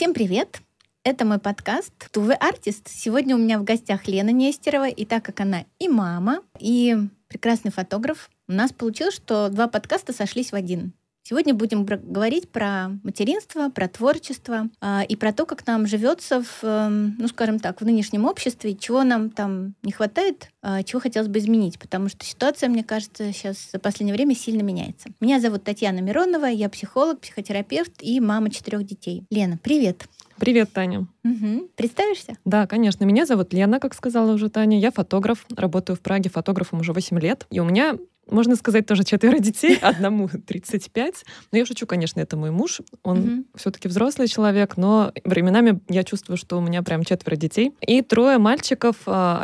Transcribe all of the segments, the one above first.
Всем привет! Это мой подкаст «Тувы Артист». Сегодня у меня в гостях Лена Нестерова. И так как она и мама, и прекрасный фотограф, у нас получилось, что два подкаста сошлись в один. Сегодня будем говорить про материнство, про творчество и про то, как нам живется в нынешнем обществе, чего нам там не хватает, чего хотелось бы изменить, потому что ситуация, мне кажется, сейчас в последнее время сильно меняется. Меня зовут Татьяна Миронова, я психолог, психотерапевт и мама 4 детей. Лена, привет! Привет, Таня. Угу. Представишься? Да, конечно. Меня зовут Лена, как сказала уже Таня. Я фотограф, работаю в Праге фотографом уже 8 лет. И у меня, можно сказать, тоже 4 детей, одному 35. Но я шучу, конечно, это мой муж. Он все-таки взрослый человек, но временами я чувствую, что у меня прям 4 детей. И 3 мальчиков,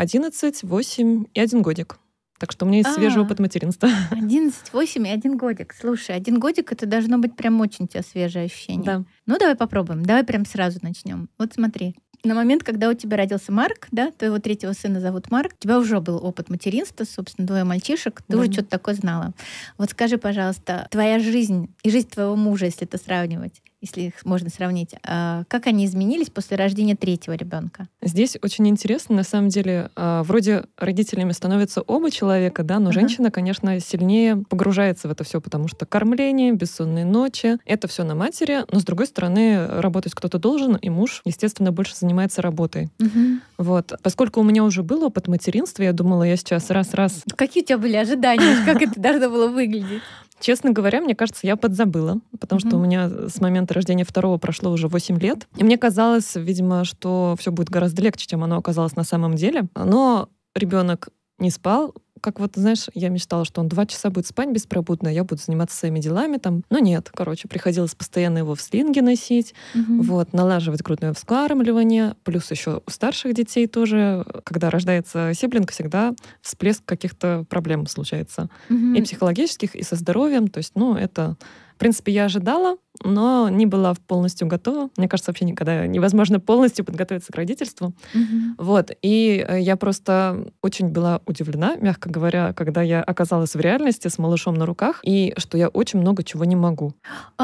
11, 8 и 1 годик. Так что у меня есть свежий опыт материнства. 11, 8 и 1 годик. Слушай, 1 годик — это должно быть прям очень у тебя свежее ощущение. Да. Ну, давай попробуем. Давай прям сразу начнем. Вот смотри. На момент, когда у тебя родился Марк, да, твоего 3-го сына зовут Марк, у тебя уже был опыт материнства, собственно, 2 мальчишек, ты уже что-то такое знала. Вот скажи, пожалуйста, твоя жизнь и жизнь твоего мужа, если это сравнивать, если их можно сравнить, как они изменились после рождения 3-го ребенка? Здесь очень интересно, на самом деле, вроде родителями становятся оба человека, да, но женщина, конечно, сильнее погружается в это все, потому что кормление, бессонные ночи, это все на матери, но с другой стороны, работать кто-то должен, и муж, естественно, больше занимается работой. Вот. Поскольку у меня уже был опыт материнства, я думала, я сейчас раз-раз... Какие у тебя были ожидания? Как это должно было выглядеть? Честно говоря, мне кажется, я подзабыла, потому что у меня с момента рождения 2-го прошло уже 8 лет. И мне казалось, видимо, что все будет гораздо легче, чем оно оказалось на самом деле. Но ребенок не спал. Как вот, знаешь, я мечтала, что он 2 часа будет спать беспробудно, а я буду заниматься своими делами там. Но нет, приходилось постоянно его в слинге носить, налаживать грудное вскармливание. Плюс еще у старших детей тоже, когда рождается сиблинг, всегда всплеск каких-то проблем случается. И психологических, и со здоровьем. То есть, это... В принципе, я ожидала, но не была полностью готова. Мне кажется, вообще никогда невозможно полностью подготовиться к родительству. Вот. И я просто очень была удивлена, мягко говоря, когда я оказалась в реальности с малышом на руках, и что я очень много чего не могу.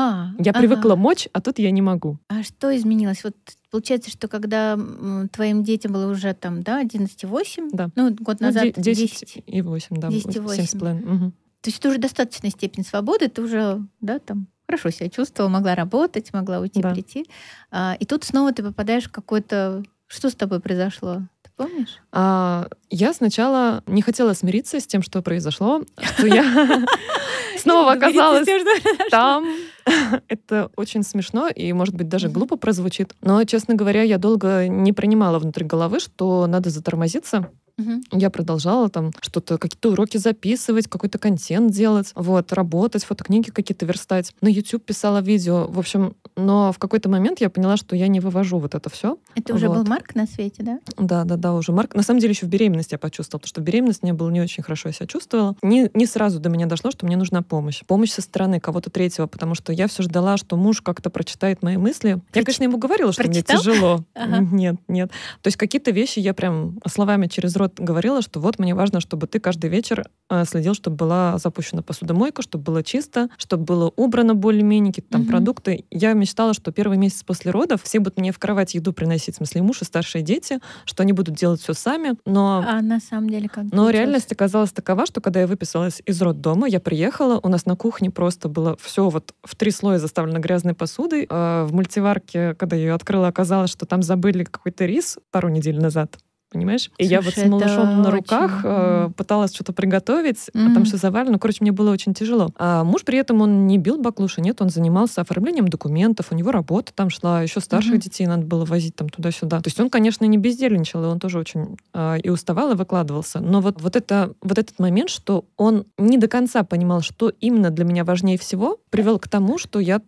Я привыкла мочь, а тут я не могу. А что изменилось? Вот получается, что когда твоим детям было уже 11,8, да. Год назад 10,8, да. 7,5. То есть это уже достаточная степень свободы, ты уже, хорошо себя чувствовала, могла работать, могла уйти, прийти. И тут снова ты попадаешь в какое-то... Что с тобой произошло? Ты помнишь? Я сначала не хотела смириться с тем, что произошло, что я снова оказалась там. Это очень смешно и, может быть, даже глупо прозвучит. Но, честно говоря, я долго не принимала внутри головы, что надо затормозиться. Я продолжала что-то, какие-то уроки записывать, какой-то контент делать, работать, фотокниги какие-то верстать. На YouTube писала видео. В общем, но в какой-то момент я поняла, что я не вывожу это все. Это уже был Марк на свете, да? Да, уже Марк. На самом деле еще в беременности я почувствовала, потому что в беременности мне было не очень хорошо, я себя чувствовала. Не сразу до меня дошло, что мне нужна помощь. Помощь со стороны кого-то третьего, потому что я все ждала, что муж как-то прочитает мои мысли. Я, конечно, ему говорила, что мне тяжело. Нет. То есть какие-то вещи я прям словами через рот говорила, что мне важно, чтобы ты каждый вечер следил, чтобы была запущена посудомойка, чтобы было чисто, чтобы было убрано более-менее, какие-то продукты. Я мечтала, что первый месяц после родов все будут мне в кровать еду приносить, в смысле муж и старшие дети, что они будут делать все сами. Но на самом деле как? Но реальность оказалась такова, что когда я выписалась из роддома, я приехала, у нас на кухне просто было все в 3 слоя заставлено грязной посудой. В мультиварке, когда я ее открыла, оказалось, что там забыли какой-то рис пару недель назад. Понимаешь? И я с малышом на руках пыталась что-то приготовить, а там все завалено. Мне было очень тяжело. А муж при этом, он не бил баклуши, нет, он занимался оформлением документов, у него работа там шла, еще старших детей надо было возить туда-сюда. То есть он, конечно, не бездельничал, и он тоже очень и уставал, и выкладывался. Но этот момент, что он не до конца понимал, что именно для меня важнее всего, привел к тому, что я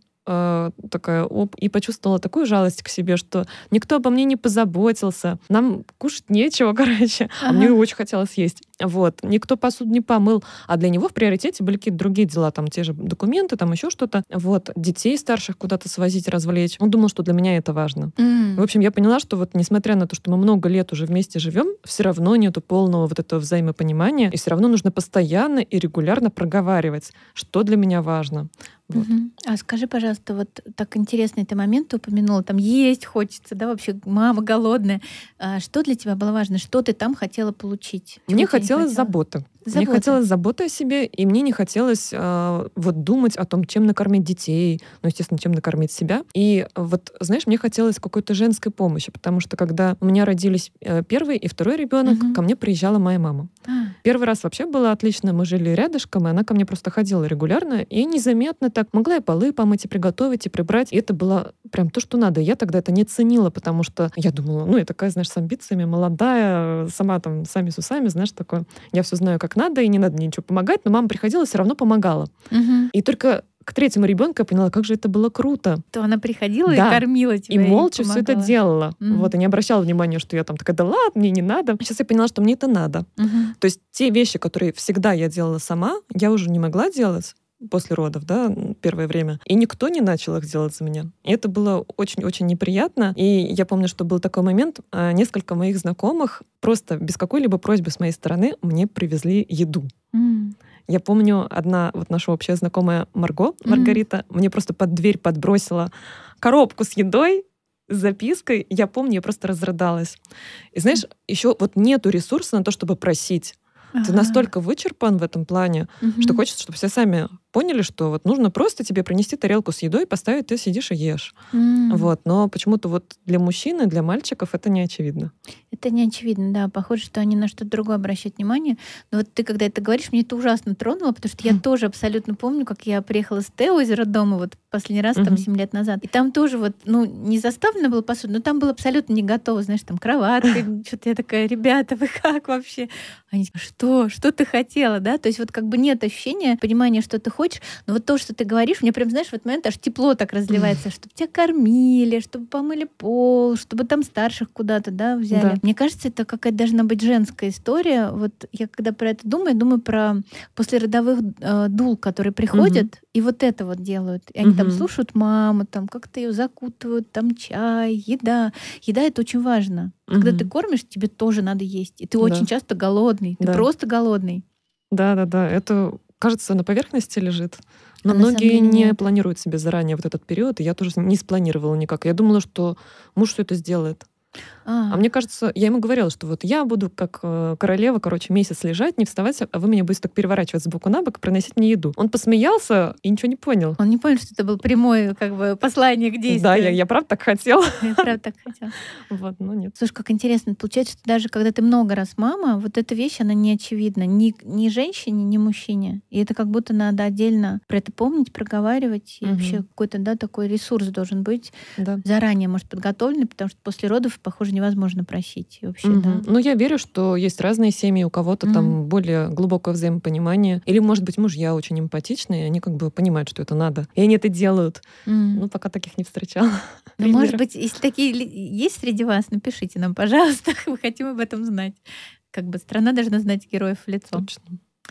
и почувствовала такую жалость к себе, что никто обо мне не позаботился. Нам кушать нечего, а мне очень хотелось есть. Никто посуду не помыл. А для него в приоритете были какие-то другие дела, те же документы, еще что-то. Детей старших куда-то свозить, развлечь. Он думал, что для меня это важно. В общем, я поняла, что несмотря на то, что мы много лет уже вместе живем, все равно нету полного этого взаимопонимания, и все равно нужно постоянно и регулярно проговаривать, что для меня важно. Вот. А скажи, пожалуйста, вот так интересный ты момент упомянула, там есть хочется, да, вообще мама голодная. Что для тебя было важно? Что ты там хотела получить? Мне хотелось заботы. Мне хотелось заботы о себе, и мне не хотелось вот думать о том, чем накормить детей, ну, естественно, чем накормить себя. И вот, знаешь, мне хотелось какой-то женской помощи, потому что когда у меня родились первый и второй ребенок, ко мне приезжала моя мама. Первый раз вообще было отлично, мы жили рядышком, и она ко мне просто ходила регулярно, и незаметно так могла и полы помыть, и приготовить, и прибрать. И это было прям то, что надо. Я тогда это не ценила, потому что я думала, ну, я такая, знаешь, с амбициями, молодая, сама там, сами с усами, знаешь, такое. Я все знаю, как надо, и не надо мне ничего помогать, но мама приходила, все равно помогала. И только к третьему ребенку я поняла, как же это было круто. То она приходила и кормила тебя. И молча все это делала. Вот, и не обращала внимания, что я там такая, да ладно, мне не надо. Сейчас я поняла, что мне это надо. То есть те вещи, которые всегда я делала сама, я уже не могла делать после родов, да, первое время. И никто не начал их делать за меня. И это было очень-очень неприятно. И я помню, что был такой момент, несколько моих знакомых просто без какой-либо просьбы с моей стороны мне привезли еду. Я помню, одна вот наша общая знакомая Маргарита, мне просто под дверь подбросила коробку с едой, с запиской. Я помню, я просто разрыдалась. И знаешь, еще вот нету ресурса на то, чтобы просить. Ты настолько вычерпан в этом плане, что хочется, чтобы все сами поняли, что вот нужно просто тебе принести тарелку с едой, поставить, ты сидишь и ешь. Вот. Но почему-то вот для мужчин и для мальчиков это не очевидно. Это не очевидно, да. Похоже, что они на что-то другое обращают внимание. Но вот ты, когда это говоришь, мне это ужасно тронуло, потому что я тоже абсолютно помню, как я приехала с Тео из роддома вот последний раз, там, 7 лет назад. И там тоже вот, ну, не заставлена была посуда, но там было абсолютно не готово, знаешь, там кроватка, что-то я такая, ребята, вы как вообще? Они что ты хотела, да? То есть вот как бы нет ощущения, понимания, что ты хочешь, но вот то, что ты говоришь, мне прям, знаешь, в этот момент аж тепло так разливается, чтобы тебя кормили, чтобы помыли пол, чтобы там старших куда-то, да, взяли. Да. Мне кажется, это какая-то должна быть женская история. Вот я когда про это думаю про послеродовых дул, которые приходят и вот это вот делают. И они там слушают маму, там как-то ее закутывают, там чай, еда. Еда — это очень важно. Когда ты кормишь, тебе тоже надо есть. И ты очень часто голодный. Ты просто голодный. Да. Это, кажется, на поверхности лежит. Но многие не планируют себе заранее вот этот период, и я тоже не спланировала никак. Я думала, что муж все это сделает. А мне кажется, я ему говорила, что вот я буду как королева, месяц лежать, не вставать, а вы меня будете так переворачивать сбоку на бок и приносить мне еду. Он посмеялся и ничего не понял. Он не понял, что это был прямое как бы послание к действию. Да, я правда так хотела. Я правда так хотела. Вот, но нет. Слушай, как интересно. Получается, что даже когда ты много раз мама, вот эта вещь, она не очевидна ни женщине, ни мужчине. И это как будто надо отдельно про это помнить, проговаривать. И вообще какой-то, да, такой ресурс должен быть заранее, может, подготовленный, потому что после родов, похоже, невозможно просить. И вообще, да. Ну, я верю, что есть разные семьи, у кого-то там более глубокое взаимопонимание. Или, может быть, мужья очень эмпатичные, и они как бы понимают, что это надо. И они это делают. Ну, пока таких не встречала. Ну, может быть, если такие есть среди вас, напишите нам, пожалуйста. Мы хотим об этом знать. Как бы страна должна знать героев в лицо. Точно.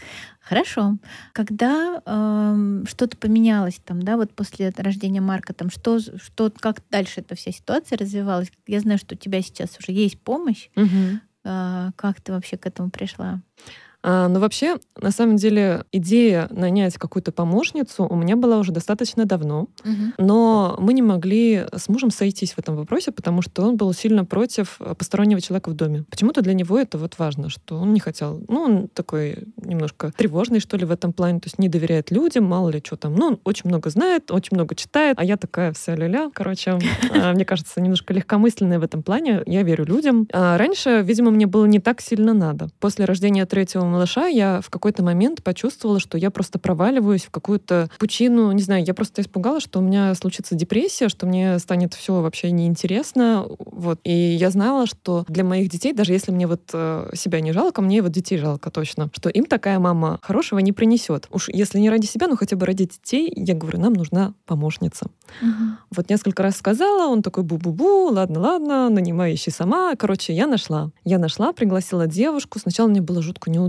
Хорошо. Когда что-то поменялось там, да, вот после рождения Марка, там, как дальше эта вся ситуация развивалась? Я знаю, что у тебя сейчас уже есть помощь. Как ты вообще к этому пришла? Ну, вообще, на самом деле, идея нанять какую-то помощницу у меня была уже достаточно давно, но мы не могли с мужем сойтись в этом вопросе, потому что он был сильно против постороннего человека в доме. Почему-то для него это вот важно, что он не хотел. Ну, он такой немножко тревожный, что ли, в этом плане, то есть не доверяет людям, мало ли что там. Ну, он очень много знает, очень много читает, а я такая вся ля-ля. Короче, мне кажется, немножко легкомысленная в этом плане. Я верю людям. Раньше, видимо, мне было не так сильно надо. После рождения третьего малыша я в какой-то момент почувствовала, что я просто проваливаюсь в какую-то пучину, не знаю, я просто испугалась, что у меня случится депрессия, что мне станет все вообще неинтересно, вот. И я знала, что для моих детей, даже если мне вот себя не жалко, мне вот детей жалко точно, что им такая мама хорошего не принесет. Уж если не ради себя, ну хотя бы ради детей, я говорю, нам нужна помощница. Вот несколько раз сказала, он такой бу-бу-бу, ладно, нанимай, ищи сама. Короче, я нашла, пригласила девушку. Сначала мне было жутко неудобно,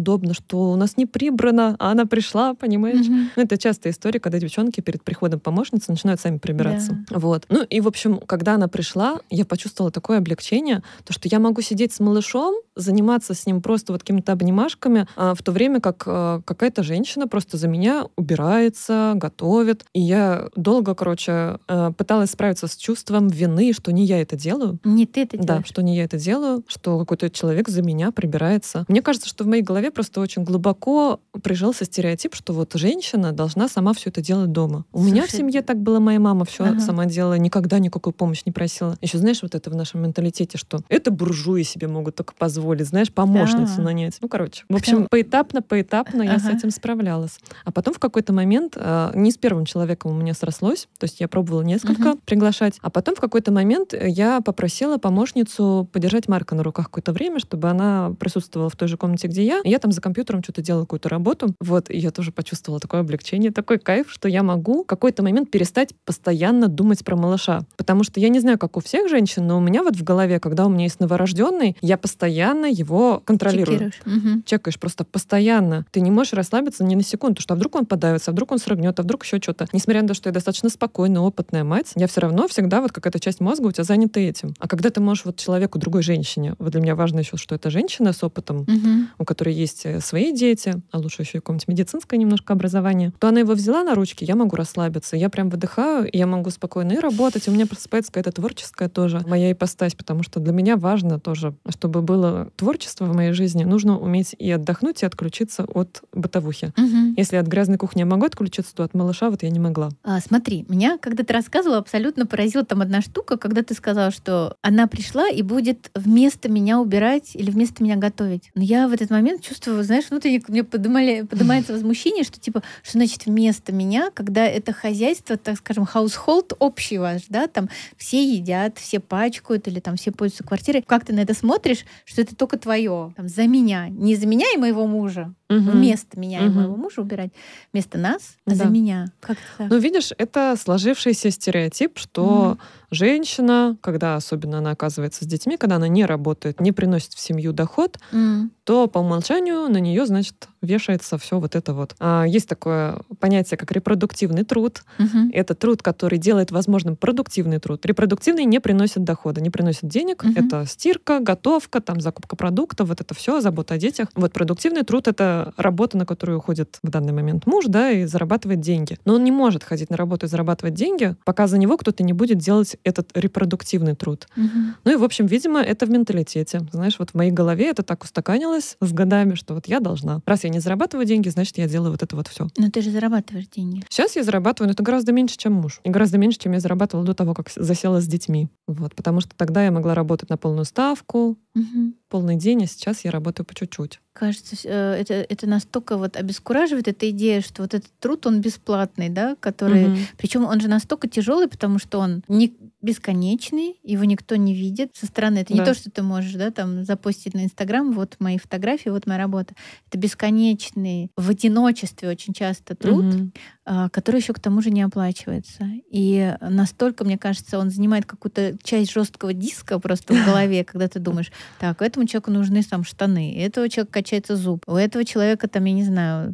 неудобно, что у нас не прибрано, а она пришла, понимаешь? Ну, это частая история, когда девчонки перед приходом помощницы начинают сами прибираться. Да. Вот. Ну, и, в общем, когда она пришла, я почувствовала такое облегчение, то, что я могу сидеть с малышом, заниматься с ним просто вот какими-то обнимашками, в то время как какая-то женщина просто за меня убирается, готовит. И я долго, пыталась справиться с чувством вины, что не я это делаю. Не ты это делаешь. Да, что не я это делаю, что какой-то человек за меня прибирается. Мне кажется, что в моей голове просто очень глубоко прижился стереотип, что вот женщина должна сама все это делать дома. У меня в семье так было, моя мама все сама делала, никогда никакую помощь не просила. Еще знаешь, вот это в нашем менталитете, что это буржуи себе могут только позволить, знаешь, помощницу нанять. Ну, в общем, поэтапно я с этим справлялась. А потом в какой-то момент, не с первым человеком у меня срослось, то есть я пробовала несколько приглашать, а потом в какой-то момент я попросила помощницу подержать Марка на руках какое-то время, чтобы она присутствовала в той же комнате, где я. И я там за компьютером что-то делала, какую-то работу. Вот, и я тоже почувствовала такое облегчение, такой кайф, что я могу в какой-то момент перестать постоянно думать про малыша. Потому что я не знаю, как у всех женщин, но у меня вот в голове, когда у меня есть новорожденный, я постоянно его контролирую. Чекаешь просто постоянно. Ты не можешь расслабиться ни на секунду, что а вдруг он подавится, а вдруг он срыгнет, а вдруг еще что-то. Несмотря на то, что я достаточно спокойная, опытная мать, я все равно всегда вот какая-то часть мозга у тебя занята этим. А когда ты можешь вот человеку, другой женщине, вот для меня важно еще, что это женщина с опытом, у которой есть свои дети, а лучше еще и какое-нибудь медицинское немножко образование, то она его взяла на ручки, я могу расслабиться, я прям выдыхаю, и я могу спокойно и работать, и у меня просыпается какая-то творческая тоже моя ипостась, потому что для меня важно тоже, чтобы было творчество в моей жизни, нужно уметь и отдохнуть, и отключиться от бытовухи. Если от грязной кухни я могу отключиться, то от малыша вот я не могла. Смотри, меня, когда ты рассказывала, абсолютно поразила там одна штука, когда ты сказала, что она пришла и будет вместо меня убирать или вместо меня готовить. Но я в этот момент чувствую, знаешь, внутренне мне поднимается возмущение, что типа, что значит вместо меня, когда это хозяйство, так скажем, household общий ваш, да, там все едят, все пачкают или там все пользуются квартирой. Как ты на это смотришь, что это только твое, там, за меня, не за меня и моего мужа, вместо меня и моего мужа убирать, вместо нас, а за меня. Как это? Ну, видишь, это сложившийся стереотип, что женщина, когда особенно она оказывается с детьми, когда она не работает, не приносит в семью доход, то по умолчанию на нее, значит, вешается все вот это вот. Есть такое понятие, как репродуктивный труд. Это труд, который делает возможным продуктивный труд. Репродуктивный не приносит дохода, не приносит денег. Это стирка, готовка, там, закупка продуктов, вот это все, забота о детях. Вот продуктивный труд — это работа, на которую уходит в данный момент муж, да, и зарабатывает деньги. Но он не может ходить на работу и зарабатывать деньги, пока за него кто-то не будет делать этот репродуктивный труд. Ну и, в общем, видимо, это в менталитете. Знаешь, вот в моей голове это так устаканилось с годами, что вот я должна. Раз я не зарабатываю деньги, значит, я делаю вот это вот все. Но ты же зарабатываешь деньги. Сейчас я зарабатываю, но это гораздо меньше, чем муж. И гораздо меньше, чем я зарабатывала до того, как засела с детьми. Вот, потому что тогда я могла работать на полную ставку, полный день, а сейчас я работаю по чуть-чуть. Кажется, это настолько вот обескураживает эта идея, что вот этот труд, он бесплатный, да, который... Причем он же настолько тяжелый, потому что он не бесконечный, его никто не видит со стороны. Это не то, что ты можешь, да, там запостить на Инстаграм, вот мои фотографии, вот моя работа. Это бесконечный, в одиночестве очень часто труд, который еще к тому же не оплачивается. И настолько, мне кажется, он занимает какую-то часть жесткого диска просто в голове, когда ты думаешь, так, этому человеку нужны там штаны, у этого человека качается зуб, у этого человека там, я не знаю,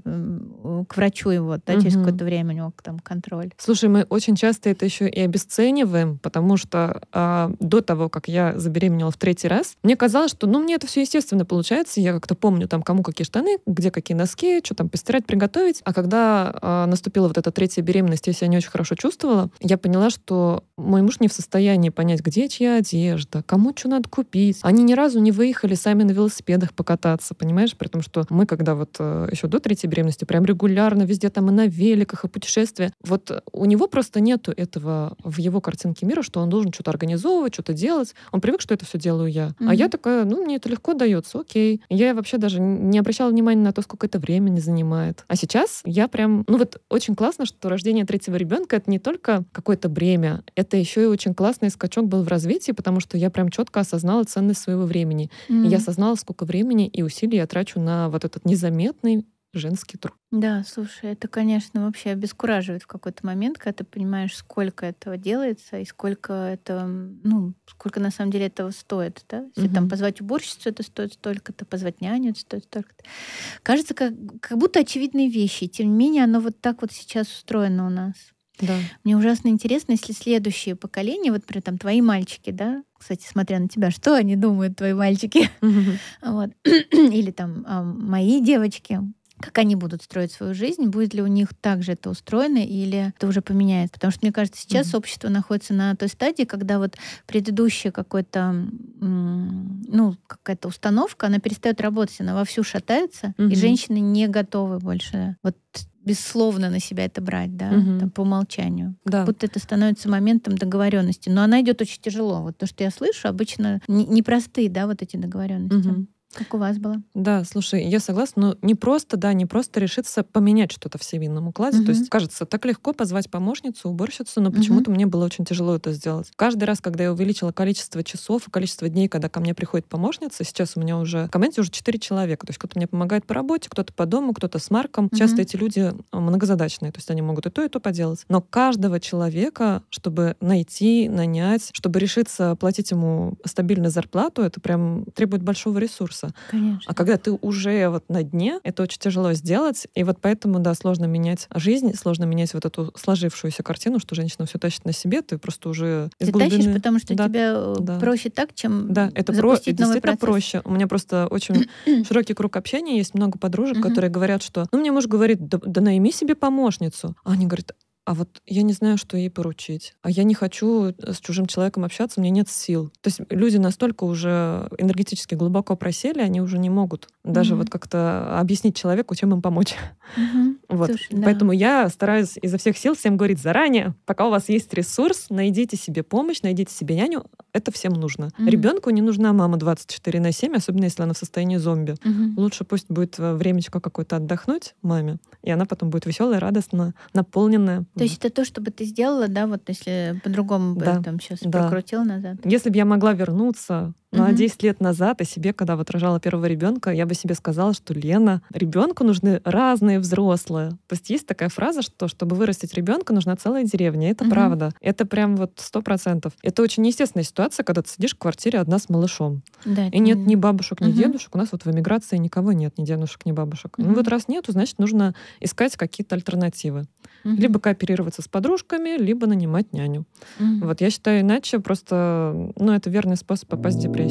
к врачу его, да, через какое-то время у него там контроль. Слушай, мы очень часто это еще и обесцениваем, потому что до того, как я забеременела в 3-й раз, мне казалось, что, мне это все естественно получается, я как-то помню там, кому какие штаны, где какие носки, что там постирать, приготовить. А когда наступила вот эта 3-я беременность, я себя не очень хорошо чувствовала, я поняла, что мой муж не в состоянии понять, где чья одежда, кому что надо купить. Они ни разу не выехали сами на велосипедах покататься, понимаешь? При том, что мы, когда вот еще до 3-й беременности, прям регулярно везде там и на великах, и путешествия. Вот у него просто нету этого в его картинке мира, что он должен что-то организовывать, что-то делать. Он привык, что это все делаю я. А я такая, мне это легко дается, окей. Я вообще даже не обращала внимания на то, сколько это времени занимает. А сейчас я прям... очень классно, что рождение 3-го ребенка — это не только какое-то бремя, это еще и очень классный скачок был в развитии, потому что я прям четко осознала ценность своего времени. И я осознала, сколько времени и усилий я трачу на вот этот незаметный женский труд. Да, слушай, это, конечно, вообще обескураживает в какой-то момент, когда ты понимаешь, сколько этого делается и сколько это, сколько на самом деле этого стоит, да? Если там позвать уборщицу, это стоит столько-то, позвать няню, это стоит столько-то. Кажется, как будто очевидные вещи, тем не менее, оно вот так вот сейчас устроено у нас. Да. Мне ужасно интересно, если следующее поколение, вот, например, там твои мальчики, да, кстати, смотря на тебя, что они думают, твои мальчики, вот, или там мои девочки, как они будут строить свою жизнь, будет ли у них также это устроено или это уже поменяется. Потому что, мне кажется, сейчас общество находится на той стадии, когда вот предыдущая какая-то установка, она перестает работать, она вовсю шатается, и женщины не готовы больше вот бессловно на себя это брать, да, там, по умолчанию. Да. Как будто это становится моментом договоренности. Но она идет очень тяжело. Вот то, что я слышу, обычно непростые, да, вот эти договоренности. Как у вас было? Да, слушай, я согласна, но не просто решиться поменять что-то в семейном укладе. То есть, кажется, так легко позвать помощницу, уборщицу, но почему-то мне было очень тяжело это сделать. Каждый раз, когда я увеличила количество часов и количество дней, когда ко мне приходит помощница, сейчас у меня уже в команде уже 4 человека. То есть кто-то мне помогает по работе, кто-то по дому, кто-то с Марком. Часто эти люди многозадачные, то есть они могут и то поделать. Но каждого человека, чтобы найти, нанять, чтобы решиться платить ему стабильную зарплату, это прям требует большого ресурса. Конечно. А когда ты уже вот на дне, это очень тяжело сделать. И вот поэтому, да, сложно менять жизнь, сложно менять вот эту сложившуюся картину, что женщина все тащит на себе, ты просто уже из глубины... Ты тащишь, потому что тебе проще так, чем запустить новый процесс. Проще. У меня просто очень широкий круг общения, есть много подружек, которые говорят, что... мне муж говорит, да найми себе помощницу. А они говорят, а вот я не знаю, что ей поручить. А я не хочу с чужим человеком общаться, у меня нет сил. То есть люди настолько уже энергетически глубоко просели, они уже не могут даже вот как-то объяснить человеку, чем им помочь. Вот. Слушай, поэтому я стараюсь изо всех сил всем говорить заранее, пока у вас есть ресурс, найдите себе помощь, найдите себе няню. Это всем нужно. Ребенку не нужна мама 24/7, особенно если она в состоянии зомби. Лучше пусть будет времечко какое-то отдохнуть маме, и она потом будет веселая, радостная, наполненная. То есть это то, что бы ты сделала, да, вот если по-другому бы там сейчас прокрутила назад? Если бы я могла вернуться на 10 лет назад, и себе, когда вот рожала первого ребенка, я бы себе сказала, что, Лена, ребенку нужны разные взрослые. То есть есть такая фраза, что чтобы вырастить ребенка, нужна целая деревня. Это правда. Это прям вот 100%. Это очень неестественная ситуация, когда ты сидишь в квартире одна с малышом. Да, и нет ни бабушек, ни дедушек. У нас вот в эмиграции никого нет, ни дедушек, ни бабушек. Ну вот раз нету, значит, нужно искать какие-то альтернативы. Либо кооперироваться с подружками, либо нанимать няню. Вот я считаю, иначе просто, это верный способ попасть в депрессию.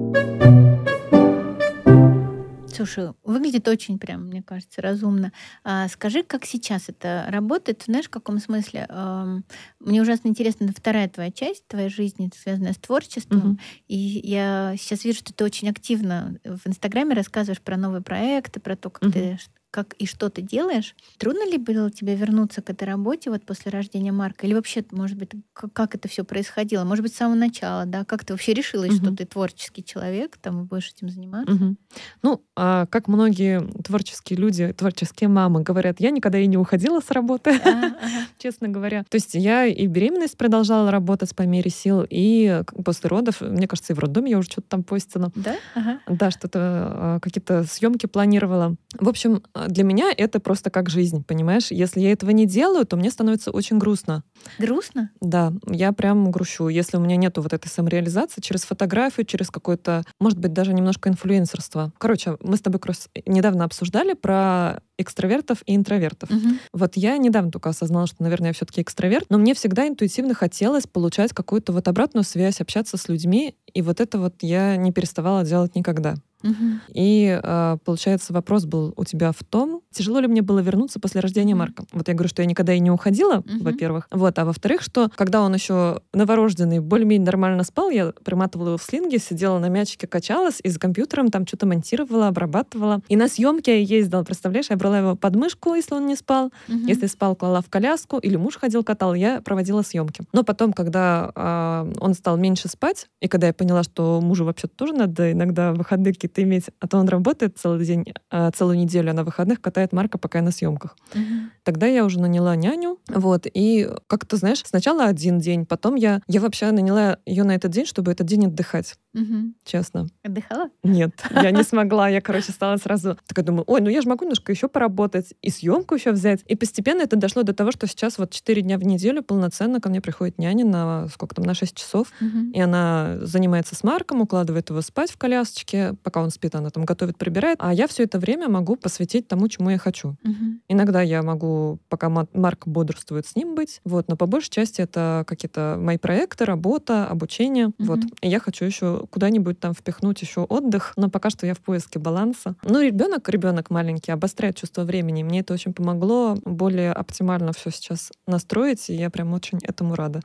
Слушай, выглядит очень прям, мне кажется, разумно. Скажи, как сейчас это работает? Знаешь, в каком смысле? Мне ужасно интересна вторая твоя часть твоей жизни, связанная с творчеством. И я сейчас вижу, что ты очень активно в Инстаграме рассказываешь про новые проекты, про то, как ты как и что ты делаешь. Трудно ли было тебе вернуться к этой работе вот после рождения Марка? Или вообще, может быть, как это все происходило? Может быть, с самого начала, да? Как ты вообще решилась, что ты творческий человек, там, и будешь этим заниматься? Как многие творческие люди, творческие мамы говорят, я никогда и не уходила с работы, честно говоря. То есть я и беременность продолжала работать по мере сил, и после родов, мне кажется, и в роддоме я уже что-то там постила. Да? Да, что-то, какие-то съемки планировала. В общем, для меня это просто как жизнь, понимаешь? Если я этого не делаю, то мне становится очень грустно. Грустно? Да, я прям грущу. Если у меня нету вот этой самореализации через фотографию, через какое-то, может быть, даже немножко инфлюенсерство. Короче, мы с тобой недавно обсуждали про экстравертов и интровертов. Вот я недавно только осознала, что, наверное, я все-таки экстраверт, но мне всегда интуитивно хотелось получать какую-то вот обратную связь, общаться с людьми, и вот это вот я не переставала делать никогда. И, получается, вопрос был у тебя в том, тяжело ли мне было вернуться после рождения Марка. Вот я говорю, что я никогда и не уходила, во-первых. Вот, а во-вторых, что когда он еще новорожденный более-менее нормально спал, я приматывала его в слинге, сидела на мячике, качалась и за компьютером там что-то монтировала, обрабатывала. И на съемке я ездила, представляешь, я брала его под мышку, если он не спал. Если спал, клала в коляску, или муж ходил, катал, я проводила съемки. Но потом, когда он стал меньше спать, и когда я поняла, что мужу вообще тоже надо иногда выходные какие-то какие-то иметь. А то он работает целый день, целую неделю, а на выходных катает Марка, пока я на съемках. Тогда я уже наняла няню, вот, и как-то, знаешь, сначала один день, потом я вообще наняла ее на этот день, чтобы этот день отдыхать. Честно. Отдыхала? Нет, я не смогла. Я, стала сразу такая, думаю, ой, ну я же могу немножко еще поработать, и съемку еще взять. И постепенно это дошло до того, что сейчас вот 4 дня в неделю полноценно ко мне приходит няня на, на 6 часов, и она занимается с Марком, укладывает его спать в колясочке, пока он спит, она там готовит, прибирает, а я все это время могу посвятить тому, чему я хочу. Иногда я могу, пока Марк бодрствует, с ним быть, вот, но по большей части это какие-то мои проекты, работа, обучение, вот. И я хочу еще куда-нибудь там впихнуть еще отдых, но пока что я в поиске баланса. Ну, ребенок маленький, обостряет чувство времени. Мне это очень помогло более оптимально все сейчас настроить, и я прям очень этому рада.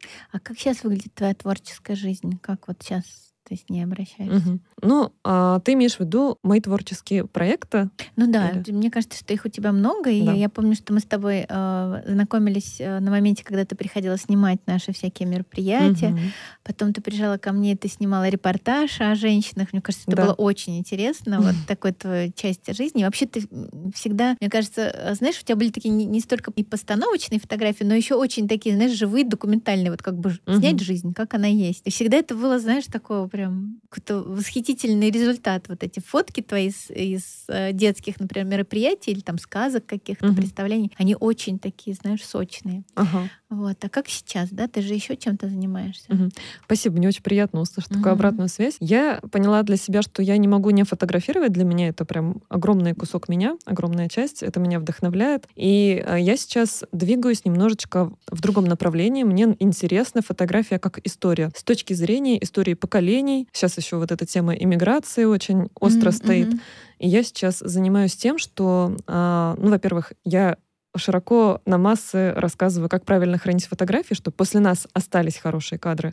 А как сейчас выглядит твоя творческая жизнь? Как вот сейчас ты с ней обращаешься? Ну, ты имеешь в виду мои творческие проекты? Ну да, мне кажется, что их у тебя много. И я помню, что мы с тобой знакомились на моменте, когда ты приходила снимать наши всякие мероприятия. Потом ты приезжала ко мне, и ты снимала репортаж о женщинах. Мне кажется, это было очень интересно. Вот такой твоя часть жизни. И вообще ты всегда, мне кажется, знаешь, у тебя были такие не столько и постановочные фотографии, но еще очень такие, знаешь, живые, документальные. Вот как бы снять жизнь, как она есть. И всегда это было, знаешь, такое прям какой-то восхитительный результат. Вот эти фотки твои из детских, например, мероприятий или там сказок каких-то, представлений, они очень такие, знаешь, сочные. Вот. А как сейчас, да? Ты же еще чем-то занимаешься? Спасибо, мне очень приятно услышать такую обратную связь. Я поняла для себя, что я не могу не фотографировать. Для меня это прям огромный кусок меня, огромная часть. Это меня вдохновляет. И я сейчас двигаюсь немножечко в другом направлении. Мне интересна фотография как история. С точки зрения истории поколений. Сейчас еще вот эта тема иммиграции очень остро стоит. И я сейчас занимаюсь тем, что, ну, во-первых, я широко на массы рассказываю, как правильно хранить фотографии, чтобы после нас остались хорошие кадры.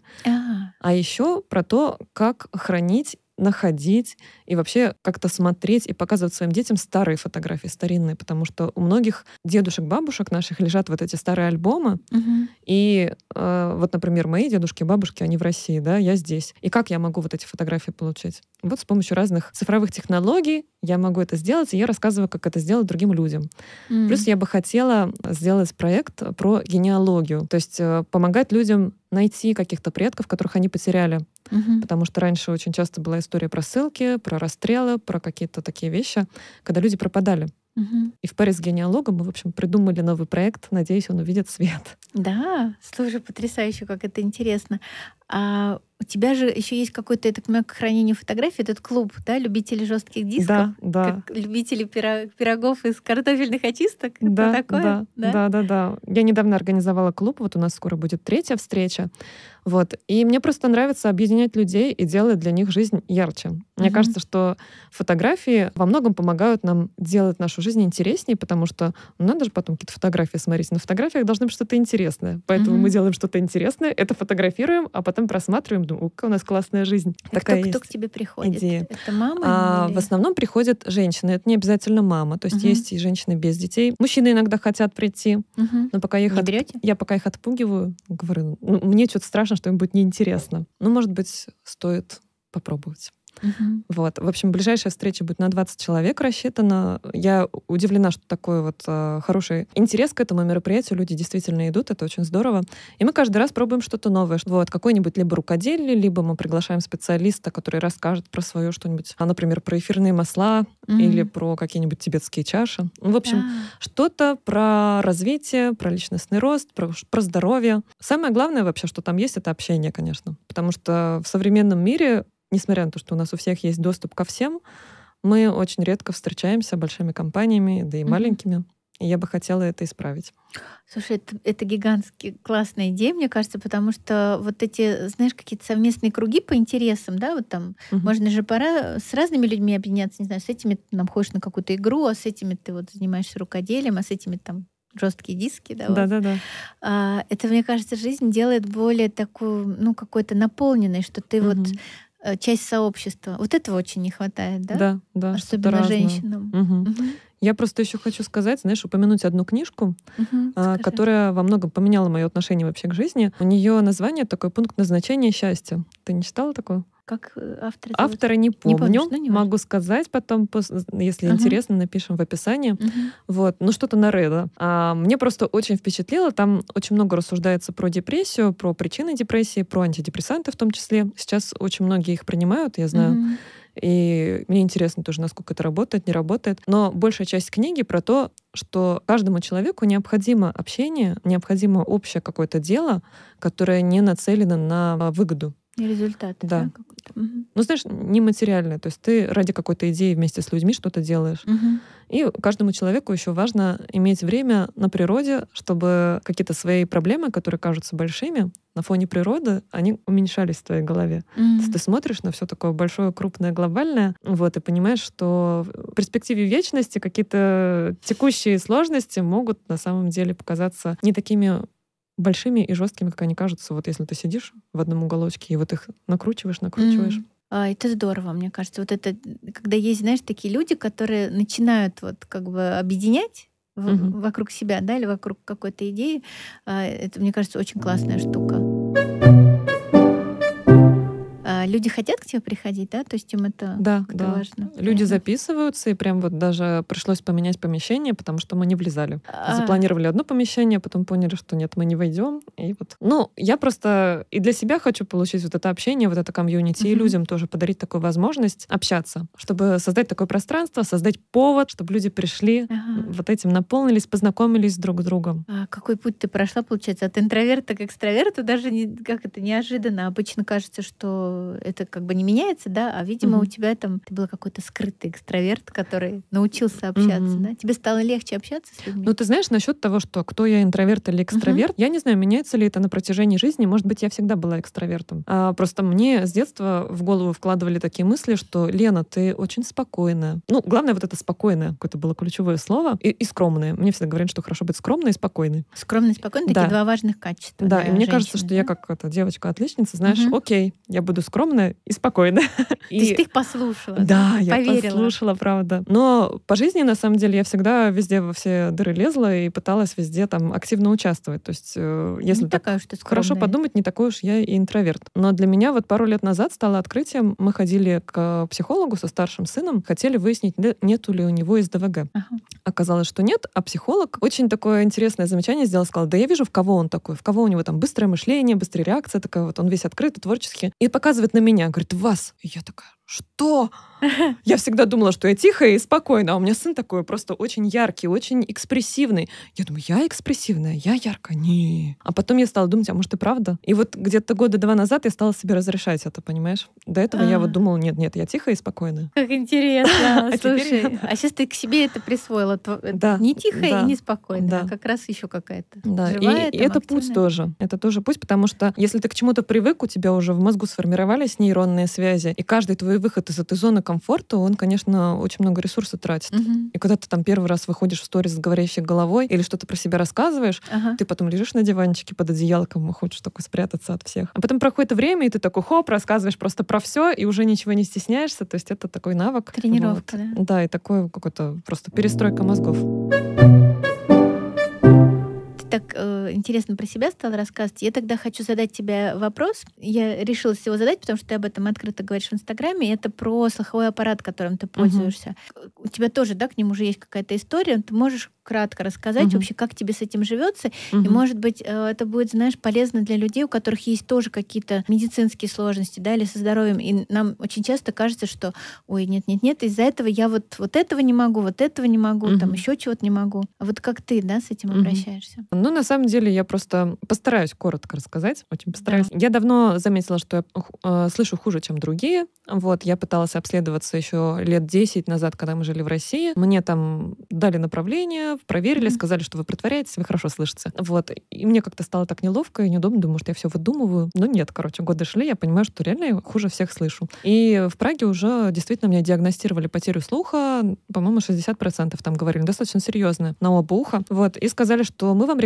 А еще про то, как хранить, находить и вообще как-то смотреть и показывать своим детям старые фотографии, старинные, потому что у многих дедушек, бабушек наших лежат вот эти старые альбомы. И вот, например, мои дедушки, бабушки, они в России, да, я здесь. И как я могу вот эти фотографии получить? Вот с помощью разных цифровых технологий я могу это сделать, и я рассказываю, как это сделать другим людям. Плюс я бы хотела сделать проект про генеалогию, то есть помогать людям найти каких-то предков, которых они потеряли. Потому что раньше очень часто была история про ссылки, про расстрелы, про какие-то такие вещи, когда люди пропадали. И в паре с генеалогом мы, в общем, придумали новый проект. Надеюсь, он увидит свет. Да, слушай, потрясающе, как это интересно. А у тебя же еще есть какой-то, я так понимаю, к хранению фотографий, этот клуб, да, любителей жестких дисков? Да. Как любители пирогов из картофельных очисток? Да, это такое? Да. Я недавно организовала клуб, вот у нас скоро будет 3-я встреча. Вот. И мне просто нравится объединять людей и делать для них жизнь ярче. Мне кажется, что фотографии во многом помогают нам делать нашу жизнь интереснее, потому что надо же потом какие-то фотографии смотреть. На фотографиях должно быть что-то интересное. Поэтому мы делаем что-то интересное, это фотографируем, а потом просматриваем, думаю, какая у нас классная жизнь. Такая кто к тебе приходит? Идея. Это мама? В основном приходят женщины. Это не обязательно мама. То есть есть и женщины без детей. Мужчины иногда хотят прийти, но пока я пока их отпугиваю, говорю, мне что-то страшно, что им будет неинтересно. Ну, может быть, стоит попробовать. Вот. В общем, ближайшая встреча будет на 20 человек рассчитана. Я удивлена, что такой вот хороший интерес к этому мероприятию. Люди действительно идут, это очень здорово. И мы каждый раз пробуем что-то новое. Вот. Какое-нибудь либо рукоделие, либо мы приглашаем специалиста, который расскажет про свое что-нибудь, например, про эфирные масла или про какие-нибудь тибетские чаши. В общем, что-то про развитие, про личностный рост, про здоровье. Самое главное вообще, что там есть, это общение, конечно. Потому что в современном мире, несмотря на то, что у нас у всех есть доступ ко всем, мы очень редко встречаемся большими компаниями, да и маленькими. И я бы хотела это исправить. Слушай, это гигантски классная идея, мне кажется, потому что вот эти, знаешь, какие-то совместные круги по интересам, да, вот там можно же пора с разными людьми объединяться, не знаю, с этими ты там ходишь на какую-то игру, а с этими ты вот занимаешься рукоделием, а с этими там жесткие диски, да? Да. Это, мне кажется, жизнь делает более такую, ну, какой-то наполненной, что ты вот часть сообщества. Вот этого очень не хватает, да? Да. Особенно женщинам. Я просто еще хочу сказать, знаешь, упомянуть одну книжку, которая во многом поменяла мое отношение вообще к жизни. У нее название такой «Пункт назначения счастья». Ты не читала такое? Как автор зовут? Автора не помню. помнишь, да, не важно. Могу сказать потом, если Ага. интересно, напишем в описании. Мгм. Вот, ну что-то на Рэда. Мне просто очень впечатлило, там очень много рассуждается про депрессию, про причины депрессии, про антидепрессанты в том числе. Сейчас очень многие их принимают, я знаю. Мгм. И мне интересно тоже, насколько это работает, не работает. Но большая часть книги про то, что каждому человеку необходимо общение, необходимо общее какое-то дело, которое не нацелено на выгоду. И результат, Да. да, какой-то. Мгм. Ну, знаешь, нематериальное. То есть ты ради какой-то идеи вместе с людьми что-то делаешь. Мгм. И каждому человеку еще важно иметь время на природе, чтобы какие-то свои проблемы, которые кажутся большими, на фоне природы, они уменьшались в твоей голове. То есть ты смотришь на все такое большое, крупное, глобальное, вот, и понимаешь, что в перспективе вечности какие-то текущие сложности могут на самом деле показаться не такими большими и жесткими, как они кажутся, вот если ты сидишь в одном уголочке и вот их накручиваешь. Это здорово, мне кажется. Вот это, когда есть, знаешь, такие люди, которые начинают вот как бы объединять Мгм. вокруг себя, да, или вокруг какой-то идеи, это, мне кажется, очень классная штука. Люди хотят к тебе приходить, да? То есть им это Да, как-то да. важно. Люди Реально. записываются, и прям вот даже пришлось поменять помещение, потому что мы не влезали. А. Запланировали одно помещение, потом поняли, что нет, мы не войдем. И вот. Ну, я просто и для себя хочу получить вот это общение, вот это комьюнити, и Мгм. людям тоже подарить такую возможность общаться, чтобы создать такое пространство, создать повод, чтобы люди пришли, Ага. вот этим наполнились, познакомились друг с другом. Какой путь ты прошла, получается, от интроверта к экстраверта, даже как это неожиданно. Обычно кажется, что это как бы не меняется, да, а, видимо, у Мгм. тебя там ты был какой-то скрытый экстраверт, который научился общаться, Мгм. да? Тебе стало легче общаться с людьми? Ну, ты знаешь, насчет того, что кто я, интроверт или экстраверт, я не знаю, меняется ли это на протяжении жизни. Может быть, я всегда была экстравертом. Просто мне с детства в голову вкладывали такие мысли, что, Лена, ты очень спокойная. Ну, главное, вот это спокойное, какое-то было ключевое слово, и скромное. Мне всегда говорят, что хорошо быть скромной и спокойной. Скромный, спокойный, Да. такие два важных качества. Да, для и мне кажется, женщины, что я да? как эта девочка-отличница, знаешь, Мгм. окей, я буду скромная и спокойная. То есть ты их послушала, Да, ты я поверила. послушала, правда. Но по жизни, на самом деле, я всегда везде во все дыры лезла и пыталась везде там активно участвовать. То есть, если Не так такая уж ты хорошо скромная. подумать, не такой уж я и интроверт. Но для меня вот пару лет назад стало открытием. Мы ходили к психологу со старшим сыном, хотели выяснить, нету ли у него СДВГ. Ага. Оказалось, что нет, а психолог очень такое интересное замечание сделал, сказал, да я вижу, в кого он такой, в кого у него там быстрое мышление, быстрая реакция, такая вот, он весь открытый, творческий, и показывает на меня, говорит, вас. И я такая, что? Я всегда думала, что я тихая и спокойная, а у меня сын такой просто очень яркий, очень экспрессивный. Я думаю, я экспрессивная, я яркая? Не. А потом я стала думать, а может и правда? И вот где-то года 2 назад я стала себе разрешать это, понимаешь? До этого я вот думала, нет, я тихая и спокойная. Как интересно. А теперь Слушай, а сейчас ты к себе это присвоила. Да, Не тихая да, и не спокойная, да. а как раз еще какая-то Да, живая, и там, это путь активная. тоже. Это тоже путь, потому что если ты к чему-то привык, у тебя уже в мозгу сформировались нейронные связи, и каждый твой выход из этой зоны комфорта, он, конечно, очень много ресурсов тратит. Мгм. И когда ты там первый раз выходишь в сторис с говорящей головой или что-то про себя рассказываешь, Ага. ты потом лежишь на диванчике под одеялком и хочешь такой спрятаться от всех. А потом проходит время, и ты такой хоп, рассказываешь просто про все, и уже ничего не стесняешься. То есть это такой навык. Тренировка, Вот. да. Да, и такой какой-то просто перестройка мозгов. Ты так интересно про себя стала рассказывать. Я тогда хочу задать тебе вопрос. Я решила его задать, потому что ты об этом открыто говоришь в Инстаграме. Это про слуховой аппарат, которым ты пользуешься. У тебя тоже, да, к нему уже есть какая-то история. Ты можешь кратко рассказать Мгм. вообще, как тебе с этим живется? И, Мгм. может быть, это будет, знаешь, полезно для людей, у которых есть тоже какие-то медицинские сложности, да, или со здоровьем. И нам очень часто кажется, что, ой, нет, из-за этого я вот этого не могу, вот этого не могу, там Мгм. еще чего-то не могу. А вот как ты, да, с этим Мгм. обращаешься? Ну, на самом деле, я просто постараюсь коротко рассказать, очень постараюсь. Я давно заметила, что я слышу хуже, чем другие. Вот, я пыталась обследоваться еще лет 10 назад, когда мы жили в России. Мне там дали направление, проверили, Мгм. сказали, что вы притворяетесь, вы хорошо слышите. Вот, и мне как-то стало так неловко и неудобно, думаю, что я все выдумываю. Но нет, короче, годы шли, я понимаю, что реально я хуже всех слышу. И в Праге уже действительно меня диагностировали потерю слуха, по-моему, 60% там говорили, достаточно серьезно, на оба уха. Вот, и сказали, что мы вам рекомендуем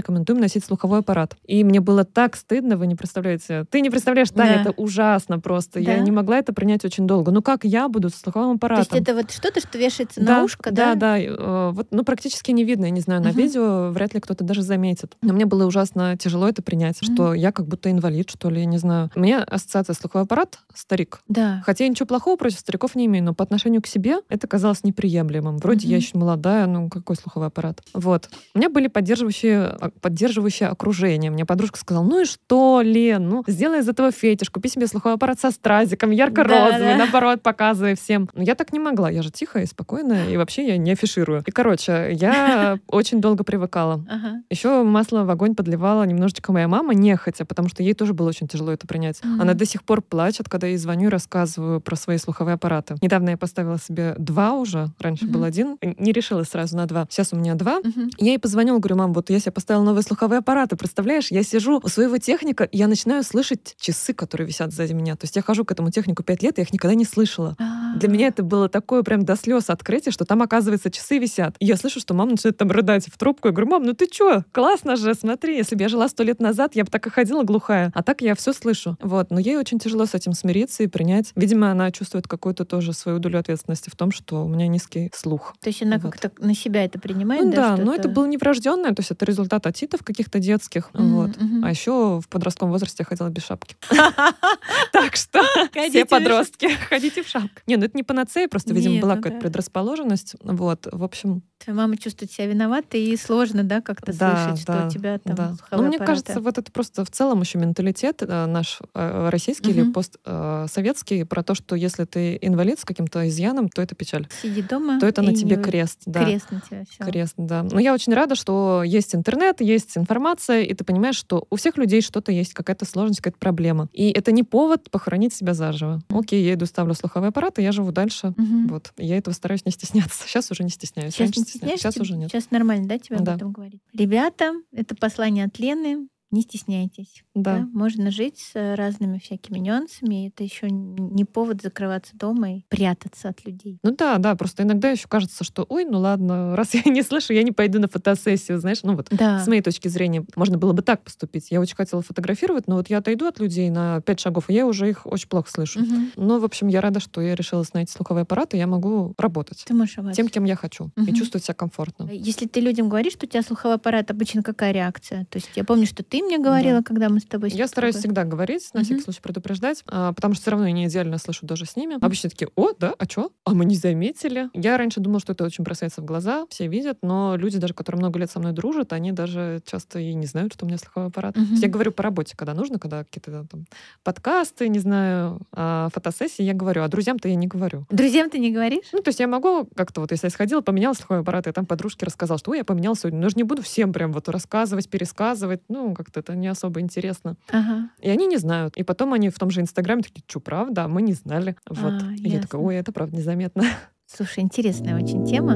рекомендуем носить слуховой аппарат. И мне было так стыдно, вы не представляете. Ты не представляешь, Таня, это ужасно просто. Я не могла это принять очень долго. Ну как я буду со слуховым аппаратом? То есть это вот что-то, что вешается на ушко, да? Да. Вот, практически не видно, я не знаю, на видео вряд ли кто-то даже заметит. Но мне было ужасно тяжело это принять, что я как будто инвалид, что ли, я не знаю. У меня ассоциация слуховой аппарат — старик. Да. Хотя я ничего плохого против стариков не имею, но по отношению к себе это казалось неприемлемым. Вроде я еще молодая, какой слуховой аппарат? Вот. У меня были поддерживающее окружение. Мне подружка сказала, ну и что, Лен, сделай из этого фетиш, купи себе слуховой аппарат со стразиком, ярко-розовый, наоборот, показывай всем. Но я так не могла, я же тихая и спокойная, и вообще я не афиширую. И, короче, я очень долго привыкала. Еще масло в огонь подливала немножечко моя мама, нехотя, потому что ей тоже было очень тяжело это принять. Она до сих пор плачет, когда я ей звоню и рассказываю про свои слуховые аппараты. Недавно я поставила себе 2 уже, раньше был 1, не решилась сразу на 2. Сейчас у меня 2. Я ей позвонила, говорю, мам, вот я себе поставила новые слуховые аппараты, представляешь, я сижу у своего техника, и я начинаю слышать часы, которые висят сзади меня. То есть я хожу к этому технику 5 лет, и я их никогда не слышала. Для меня это было такое прям до слез открытие, что там, оказывается, часы висят. И я слышу, что мама начинает там рыдать в трубку. Я говорю, мам, ты чё? Классно же, смотри. Если бы я жила 100 лет назад, я бы так и ходила глухая. А так я все слышу. Вот. Но ей очень тяжело с этим смириться и принять. Видимо, она чувствует какую-то тоже свою долю ответственности в том, что у меня низкий слух. То есть она как-то на себя это принимает? Да, но это было не врожденное, то есть это результат отитов каких-то детских. Вот. А еще в подростковом возрасте я ходила без шапки. Так что все подростки, ходите в шапках. Это не панацея, просто, видимо, была какая-то предрасположенность. Вот, в общем... Твоя мама чувствует себя виноватой, и сложно, да, как-то слышать, что у тебя там слуховые мне кажется, вот это просто в целом еще менталитет наш российский или постсоветский про то, что если ты инвалид с каким-то изъяном, то это печаль. Сиди дома. То это на тебе крест. Да. Крест на тебя, все. Крест, да. Но я очень рада, что есть интернет, есть информация, и ты понимаешь, что у всех людей что-то есть, какая-то сложность, какая-то проблема. И это не повод похоронить себя заживо. Окей, я иду, ставлю слуховой аппарат, и я живу дальше. Вот. Я этого стараюсь не стесняться. Сейчас уже не стесняюсь. Сейчас уже нет. Сейчас нормально, да, тебе об этом говорить? Ребята, это послание от Лены. Не стесняйтесь. Да. Можно жить с разными всякими нюансами. Это еще не повод закрываться дома и прятаться от людей. Да. Просто иногда еще кажется, что ладно, раз я не слышу, я не пойду на фотосессию, знаешь. С моей точки зрения, можно было бы так поступить. Я очень хотела фотографировать, но я отойду от людей на 5 шагов, и я уже их очень плохо слышу. Но, в общем, я рада, что я решилась на эти слуховые аппараты, я могу работать. Ты можешь работать. Тем, кем я хочу. И чувствовать себя комфортно. Если ты людям говоришь, что у тебя слуховой аппарат, обычно какая реакция? То есть я помню, что ты мне говорила, когда мы с тобой... Я стараюсь всегда говорить, на всякий случай предупреждать, потому что все равно я не идеально слышу даже с ними. Обычно такие, а чё? А мы не заметили. Я раньше думала, что это очень бросается в глаза, все видят, но люди, даже которые много лет со мной дружат, они даже часто и не знают, что у меня слуховой аппарат. Я говорю по работе, когда нужно, когда какие-то там подкасты, не знаю, фотосессии, я говорю, а друзьям-то я не говорю. Друзьям ты не говоришь? То есть я могу как-то если я сходила, поменяла слуховой аппарат, и там подружке рассказала, что я поменяла сегодня. Но я же не буду всем прям рассказывать, пересказывать. Как-то это не особо интересно. И они не знают. И потом они в том же Инстаграме такие, что, правда? Мы не знали. И я такая, это правда незаметно. Слушай, интересная очень тема.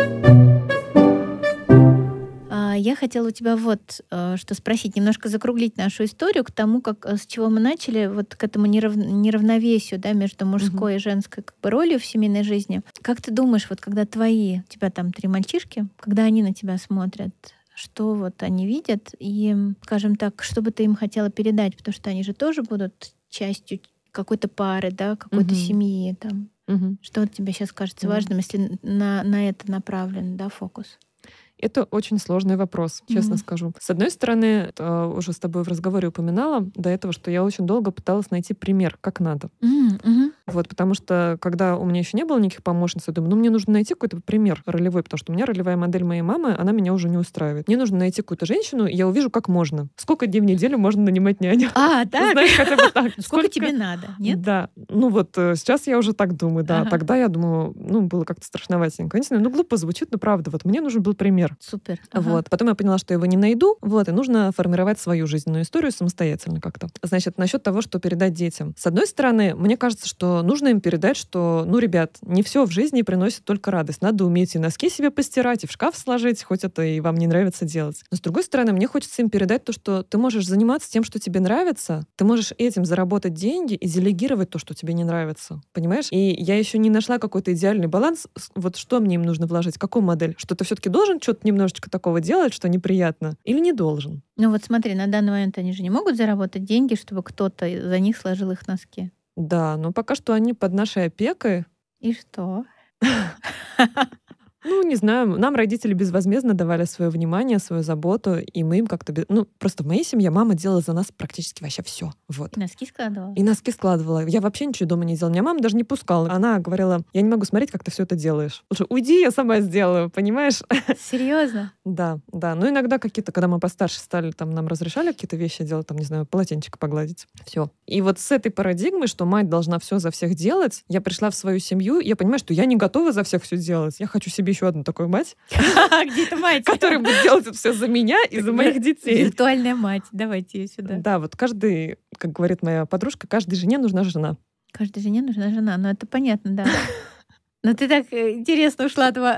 Я хотела у тебя что спросить, немножко закруглить нашу историю к тому, с чего мы начали, к этому неравновесию, да, между мужской и женской ролью в семейной жизни. Как ты думаешь, когда у тебя там 3 мальчишки, когда они на тебя смотрят, что они видят, и, скажем так, что бы ты им хотела передать, потому что они же тоже будут частью какой-то пары, да, какой-то семьи там. Что тебе сейчас кажется важным, если на это направлен, да, фокус? Это очень сложный вопрос, честно скажу. С одной стороны, уже с тобой в разговоре упоминала до этого, что я очень долго пыталась найти пример, как надо. Потому что, когда у меня еще не было никаких помощниц, я думаю, мне нужно найти какой-то пример ролевой, потому что у меня ролевая модель моей мамы, она меня уже не устраивает. Мне нужно найти какую-то женщину, и я увижу, как можно. Сколько дней в неделю можно нанимать няню? Так? Знаешь, хотя бы так. Сколько тебе надо, нет? Да. Сейчас я уже так думаю, да. Тогда я думаю, было как-то страшноватенько. Не знаю, глупо звучит, но правда. Мне нужен был пример. Супер. Потом я поняла, что я его не найду, и нужно формировать свою жизненную историю самостоятельно как-то. Значит, насчет того, что передать детям. С одной стороны, мне кажется, что что нужно им передать, что, ну, ребят, не все в жизни приносит только радость. Надо уметь и носки себе постирать, и в шкаф сложить, хоть это и вам не нравится делать. Но, с другой стороны, мне хочется им передать то, что ты можешь заниматься тем, что тебе нравится, ты можешь этим заработать деньги и делегировать то, что тебе не нравится. Понимаешь? И я еще не нашла какой-то идеальный баланс. Вот что мне им нужно вложить, какую модель? Что ты все-таки должен что-то немножечко такого делать, что неприятно, или не должен? Ну вот смотри, на данный момент они же не могут заработать деньги, чтобы кто-то за них сложил их носки. Да, но пока что они под нашей опекой. И что? Ну, не знаю, нам родители безвозмездно давали свое внимание, свою заботу, и мы им как-то... Ну, просто в моей семье мама делала за нас практически вообще все. Вот. И носки складывала? И носки складывала. Я вообще ничего дома не делала. Меня мама даже не пускала. Она говорила, я не могу смотреть, как ты все это делаешь. Лучше уйди, я сама сделаю, понимаешь? Серьезно? Да, да. Ну, иногда какие-то, когда мы постарше стали, там нам разрешали какие-то вещи делать, там, не знаю, полотенчик погладить. Все. И вот с этой парадигмой, что мать должна все за всех делать, я пришла в свою семью, и я понимаю, что я не готова за всех все делать. Я хочу себе еще одну такую мать. Где эта мать? Которая будет делать это все за меня и за моих детей. Виртуальная мать. Давайте ее сюда. Да, вот каждый, как говорит моя подружка, каждой жене нужна жена. Каждой жене нужна жена. Ну, это понятно, да. Но ты так интересно ушла от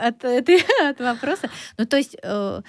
вопроса. Ну, то есть...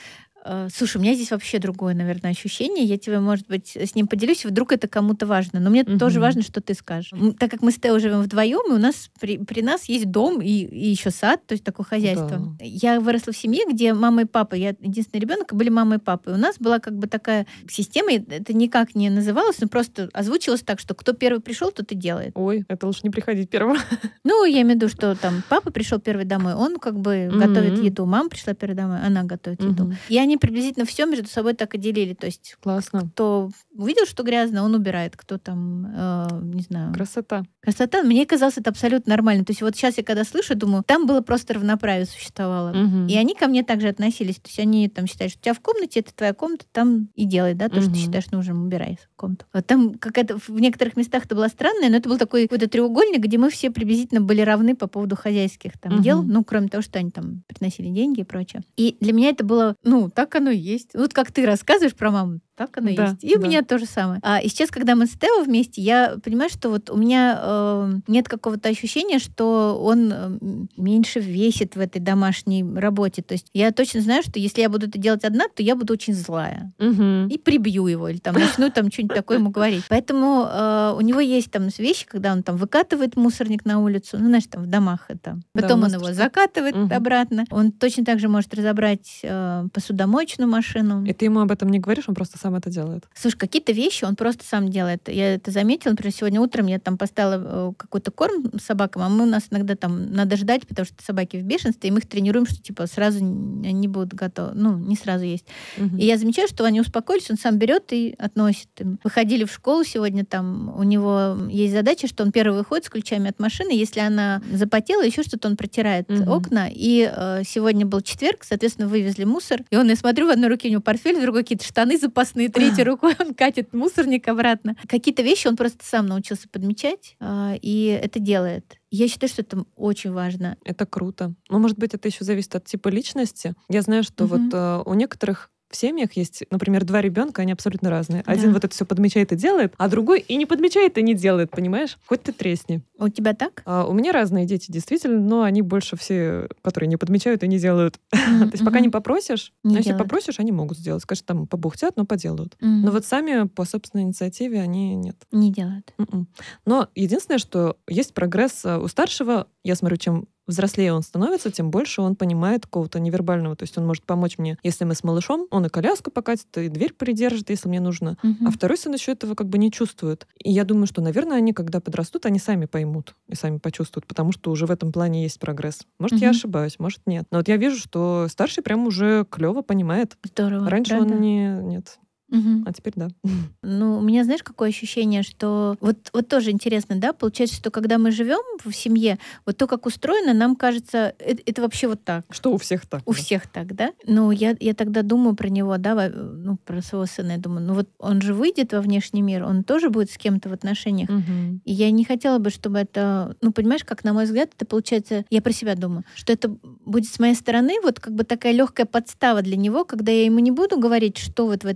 Слушай, у меня здесь вообще другое, наверное, ощущение. Я тебе, может быть, с ним поделюсь, вдруг это кому-то важно. Но мне тоже важно, что ты скажешь. Так как мы с Тео живем вдвоем, и у нас при нас есть дом и еще сад, то есть такое хозяйство. Да. Я выросла в семье, где мама и папа, я единственный ребенок, были мама и папа. И у нас была как бы такая система, это никак не называлось, но просто озвучилось так, что кто первый пришел, тот и делает. Ой, это лучше не приходить первым. Ну, я имею в виду, что там папа пришел первый домой, он как бы готовит еду, мама пришла первой домой, она готовит еду. И они приблизительно все между собой так и делили. То есть классно. Кто увидел, что грязно, он убирает. Кто там, не знаю. Красота. Красота. Мне казалось, это абсолютно нормально. То есть вот сейчас я когда слышу, думаю, там было просто равноправие существовало. И они ко мне также относились. То есть они там считают, что у тебя в комнате, это твоя комната, там и делай, да, то, что ты считаешь нужным, убирай комнату. Вот там какая-то в некоторых местах это было странное, но это был такой какой-то треугольник, где мы все приблизительно были равны по поводу хозяйских там дел, ну, кроме того, что они там приносили деньги и прочее. И для меня это было, ну, так оно и есть. Вот как ты рассказываешь про маму, так оно и есть. И у меня то же самое. И сейчас, когда мы с Тео вместе, я понимаю, что вот у меня нет какого-то ощущения, что он меньше весит в этой домашней работе. То есть я точно знаю, что если я буду это делать одна, то я буду очень злая. И прибью его, или там начну там что-нибудь такое ему говорить. Поэтому у него есть там вещи, когда он там выкатывает мусорник на улицу, ну, знаешь, там в домах это. Потом он его закатывает обратно. Он точно так же может разобрать посудомоечную машину. И ты ему об этом не говоришь, он просто сам это делает? Слушай, какие-то вещи он просто сам делает. Я это заметила. Например, сегодня утром я там поставила какой-то корм собакам, а мы у нас иногда там надо ждать, потому что собаки в бешенстве, и мы их тренируем, что типа сразу они будут готовы. Ну, не сразу есть. И я замечаю, что они успокоились, он сам берет и относит им. Выходили в школу сегодня, там у него есть задача, что он первый выходит с ключами от машины, если она запотела, еще что-то он протирает окна. И сегодня был четверг, соответственно, вывезли мусор. И он, я смотрю, в одной руке у него портфель, в другой какие-то штаны запасные, третьей рукой он катит мусорник обратно. Какие-то вещи он просто сам научился подмечать, и это делает. Я считаю, что это очень важно. Это круто. Но, может быть, это еще зависит от типа личности. Я знаю, что вот у некоторых в семьях есть, например, 2 ребенка, они абсолютно разные. Один вот это все подмечает и делает, а другой и не подмечает, и не делает, понимаешь? Хоть ты тресни. У тебя так? У меня разные дети, действительно, но они больше все, которые не подмечают и не делают. То есть пока не попросишь, но если попросишь, они могут сделать. Скажешь, там, побухтят, но поделают. Но вот сами по собственной инициативе они нет. Не делают. Но единственное, что есть прогресс у старшего. Я смотрю, чем взрослее он становится, тем больше он понимает какого-то невербального. То есть он может помочь мне, если мы с малышом, он и коляску покатит, и дверь придержит, если мне нужно. А второй сын еще этого как бы не чувствует. И я думаю, что, наверное, они, когда подрастут, они сами поймут и сами почувствуют, потому что уже в этом плане есть прогресс. Может, я ошибаюсь, может, нет. Но вот я вижу, что старший прям уже клево понимает. Здорово. Раньше он нет. А теперь да. Ну, у меня, знаешь, какое ощущение, что вот тоже интересно, да, получается, что когда мы живем в семье, вот то, как устроено, нам кажется, это вообще вот так. Что у всех так. У всех так, да? Ну, я тогда думаю про него, да, ну, про своего сына, я думаю, ну вот он же выйдет во внешний мир, он тоже будет с кем-то в отношениях. И я не хотела бы, чтобы это, ну, понимаешь, как, на мой взгляд, это получается, я про себя думаю, что это будет с моей стороны вот как бы такая легкая подстава для него, когда я ему не буду говорить, что вот в этой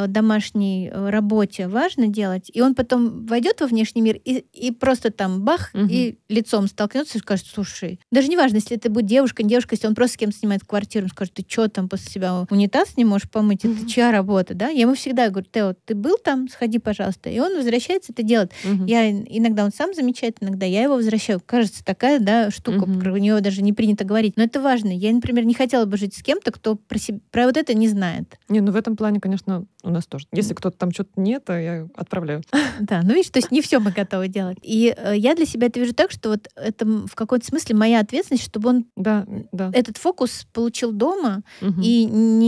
домашней работе важно делать, и он потом войдет во внешний мир и просто там бах, и лицом столкнется и скажет: слушай, даже не важно, если это будет девушка, не девушка, если он просто с кем-то снимает квартиру, он скажет: ты что там после себя унитаз не можешь помыть, это чья работа, да? Я ему всегда говорю: Тео, ты был там, сходи, пожалуйста. И он возвращается, это делает. Иногда он сам замечает, иногда я его возвращаю. Кажется, такая, да, штука, про нее даже не принято говорить. Но это важно. Я, например, не хотела бы жить с кем-то, кто про вот это не знает. Не, ну в этом плане, конечно, у нас тоже. Если кто-то там что-то нет, то я отправляю. Да, ну видишь, то есть не все мы готовы делать. И я для себя это вижу так, что вот это в какой-то смысле моя ответственность, чтобы он этот фокус получил дома и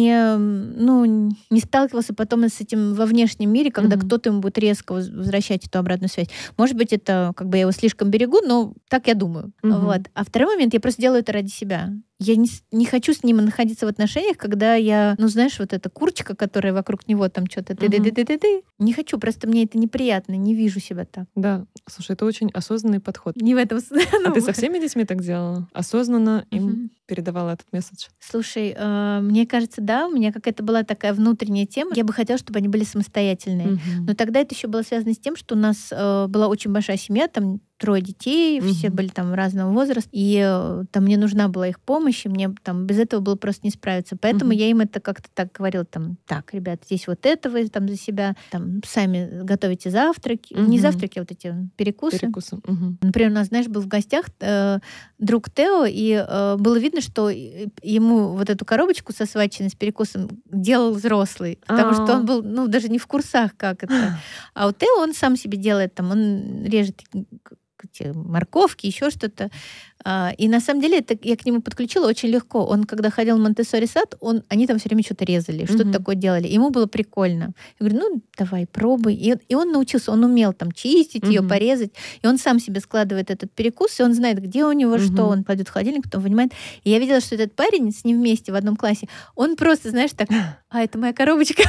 не сталкивался потом с этим во внешнем мире, когда кто-то ему будет резко возвращать эту обратную связь. Может быть, это как бы я его слишком берегу, но так я думаю. Вот. А второй момент, я просто делаю это ради себя. Я не хочу с ним находиться в отношениях, когда я, знаешь, вот эта курочка, которая вокруг него там что-то ты-ты-ты-ты-ты. Не хочу, просто мне это неприятно, не вижу себя так. Да, слушай, это очень осознанный подход. Не в этом... А ты со всеми детьми так делала? Осознанно им передавала этот месседж? Слушай, мне кажется, да, у меня какая-то была такая внутренняя тема. Я бы хотела, чтобы они были самостоятельные. Но тогда это еще было связано с тем, что у нас была очень большая семья, там 3 детей, все были там разного возраста, и там мне нужна была их помощь, и мне там без этого было просто не справиться. Поэтому я им это как-то так говорила, там: так, ребят, здесь вот это вы там за себя, там сами готовите завтраки, не завтраки, а вот эти перекусы. Например, у нас, знаешь, был в гостях друг Тео, и было видно, что ему вот эту коробочку со свачиной с перекусом делал взрослый, потому что он был, даже не в курсах, как это. А у Тео он сам себе делает, там, он режет эти морковки, еще что-то. И на самом деле это я к нему подключила очень легко. Он, когда ходил в Монтессори сад, они там все время что-то резали, что-то такое делали. Ему было прикольно. Я говорю: давай, пробуй. И он научился, он умел там чистить ее, порезать. И он сам себе складывает этот перекус, и он знает, где у него что. Он кладет в холодильник, потом вынимает. И я видела, что этот парень с ним вместе в одном классе, он просто, знаешь, так: это моя коробочка.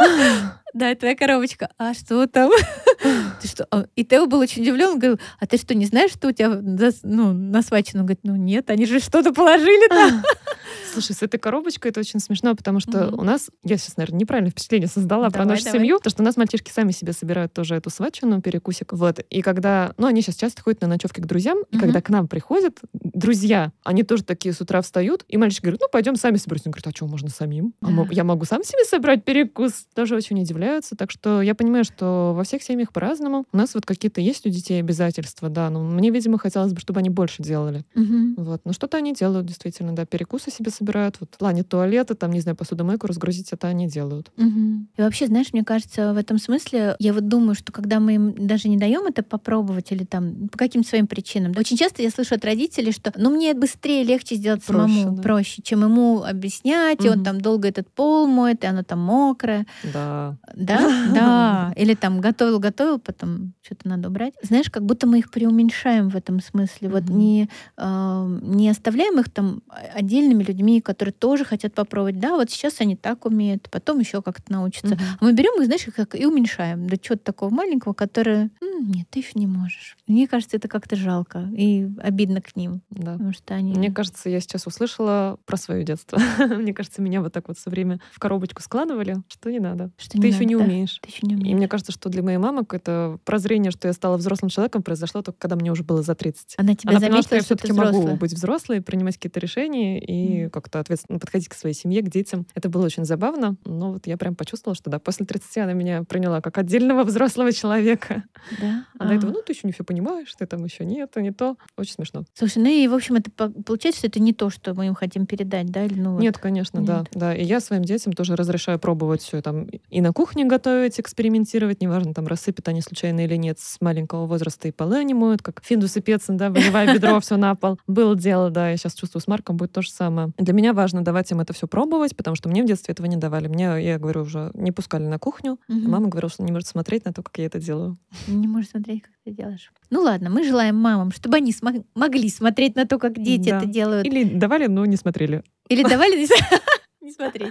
Да, это твоя коробочка. А что там? Ты что? И Тео был очень удивлен. Он говорил: а ты что, не знаешь, что у тебя на свачину? Он говорит: нет, они же что-то положили там. Слушай, с этой коробочкой это очень смешно, потому что у нас, я сейчас, наверное, неправильное впечатление создала про нашу семью, потому что у нас мальчишки сами себе собирают тоже эту свачину, перекусик. Вот. И когда, они сейчас часто ходят на ночевки к друзьям, и когда к нам приходят друзья, они тоже такие с утра встают, и мальчики говорят: пойдем сами соберем. Он говорит: а что, можно самим? Я могу сам себе собрать перекус. Тоже очень удивляются. Так что я понимаю, что во всех семьях по-разному. У нас вот какие-то есть у детей обязательства, да, но мне, видимо, хотелось бы, чтобы они больше делали. Вот. Но что-то они делают, действительно, да, перекусы себе собирают. Вот в плане туалета, там, не знаю, посудомойку разгрузить, это они делают. И вообще, знаешь, мне кажется, в этом смысле, я вот думаю, что когда мы им даже не даем это попробовать или там по каким-то своим причинам, очень часто я слышу от родителей, что мне быстрее, легче сделать самому, проще, чем ему объяснять, и он там долго этот пол моет, и оно там мокрое. Да. Да? Или там готовил, потом что-то надо убрать. Знаешь, как будто мы их преуменьшаем в этом смысле. Вот не оставляем их там отдельными людьми, которые тоже хотят попробовать. Да, вот сейчас они так умеют, потом еще как-то научатся. А мы берем их, знаешь, как и уменьшаем до чего-то такого маленького, которое: нет, ты еще не можешь. Мне кажется, это как-то жалко и обидно к ним. Да. Потому что они... Мне кажется, я сейчас услышала про свое детство. Мне кажется, меня вот так вот все время в коробочку складывали, что не надо. Что ты еще не умеешь. Ты еще не умеешь. И мне кажется, что для моей мамы какое-то прозрение, что я стала взрослым человеком, произошло только когда мне уже было за 30. Она тебя поняла, что я что все-таки могу быть взрослой, принимать какие-то решения и как-то ответственно подходить к своей семье, к детям. Это было очень забавно. Но вот я прям почувствовала, что да, после 30 она меня приняла как отдельного взрослого человека. Да? А до этого: ты еще не все понимаешь, ты там еще не это, не то. Очень смешно. Слушай, и в общем это получается, что это не то, что мы им хотим передать, да? Или, Нет, конечно, нет. Да. И я своим детям тоже разрешаю пробовать все там и на кухне готовить, экспериментировать, неважно, там рассыпят они случайно или нет, с маленького возраста и полы они моют, как Финдус и Петсон, да, выливая ведро все на пол. Было дело, да, я сейчас чувствую, с Марком будет то же самое. Для меня важно давать им это все пробовать, потому что мне в детстве этого не давали. Мне, я говорю, уже не пускали на кухню. Мама говорила, что не может смотреть на то, как я это делаю. Не может смотреть, как ты делаешь. Ну ладно, мы желаем мамам, чтобы они могли смотреть на то, как дети это делают. Или давали, но не смотрели. Или давали, не смотреть.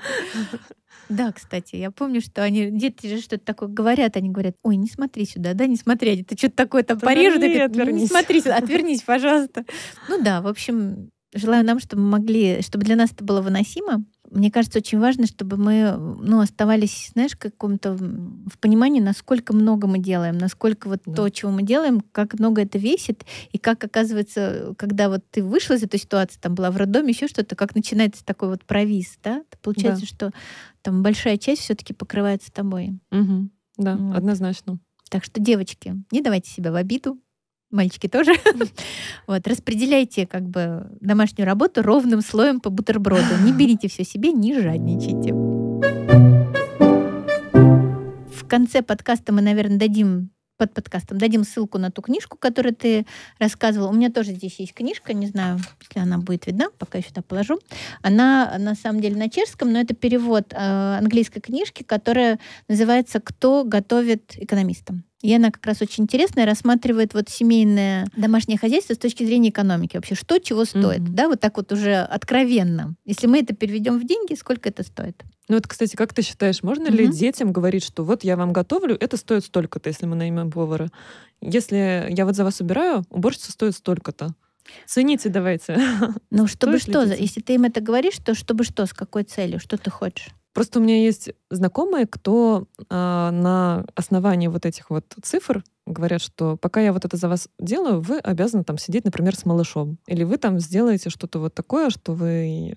Да, кстати, я помню, что дети же что-то такое говорят, они говорят: ой, не смотри сюда, да, не смотри, ты что-то такое там порежут, отвернись. Не смотри сюда, отвернись, пожалуйста. Ну да, в общем, Желаю нам, чтобы мы могли, чтобы для нас это было выносимо. Мне кажется, очень важно, чтобы мы, оставались, знаешь, в каком-то в понимании, насколько много мы делаем, насколько вот Да. то, чего мы делаем, как много это весит, и как, оказывается, когда вот ты вышла из этой ситуации, там была в роддоме, еще что-то, как начинается такой вот провис, да? Получается, Да. что там большая часть все-таки покрывается тобой. Мгм. Да, Вот. однозначно. Так что, девочки, не давайте себя в обиду, мальчики тоже. Вот, распределяйте как бы домашнюю работу ровным слоем по бутерброду. Не берите все себе, не жадничайте. В конце подкаста мы, наверное, под подкастом дадим ссылку на ту книжку, которую ты рассказывала. У меня тоже здесь есть книжка, не знаю, если она будет видна, пока я сюда положу. Она на самом деле на чешском, но это перевод английской книжки, которая называется «Кто готовит экономистам?». И она как раз очень интересная, рассматривает вот семейное домашнее хозяйство с точки зрения экономики. Вообще, что чего стоит. Мгм. Да, вот так вот уже откровенно. Если мы это переведем в деньги, сколько это стоит? Ну вот, кстати, как ты считаешь, можно ли Мгм. детям говорить, что вот я вам готовлю, это стоит столько-то, если мы наймем повара? Если я вот за вас убираю, уборщица стоит столько-то. Цените давайте. Ну, чтобы Стоит ли что? детям? Если ты им это говоришь, то чтобы что? С какой целью? Что ты хочешь? Просто у меня есть знакомые, кто на основании вот этих вот цифр говорят, что пока я вот это за вас делаю, вы обязаны там сидеть, например, с малышом. Или вы там сделаете что-то вот такое, что вы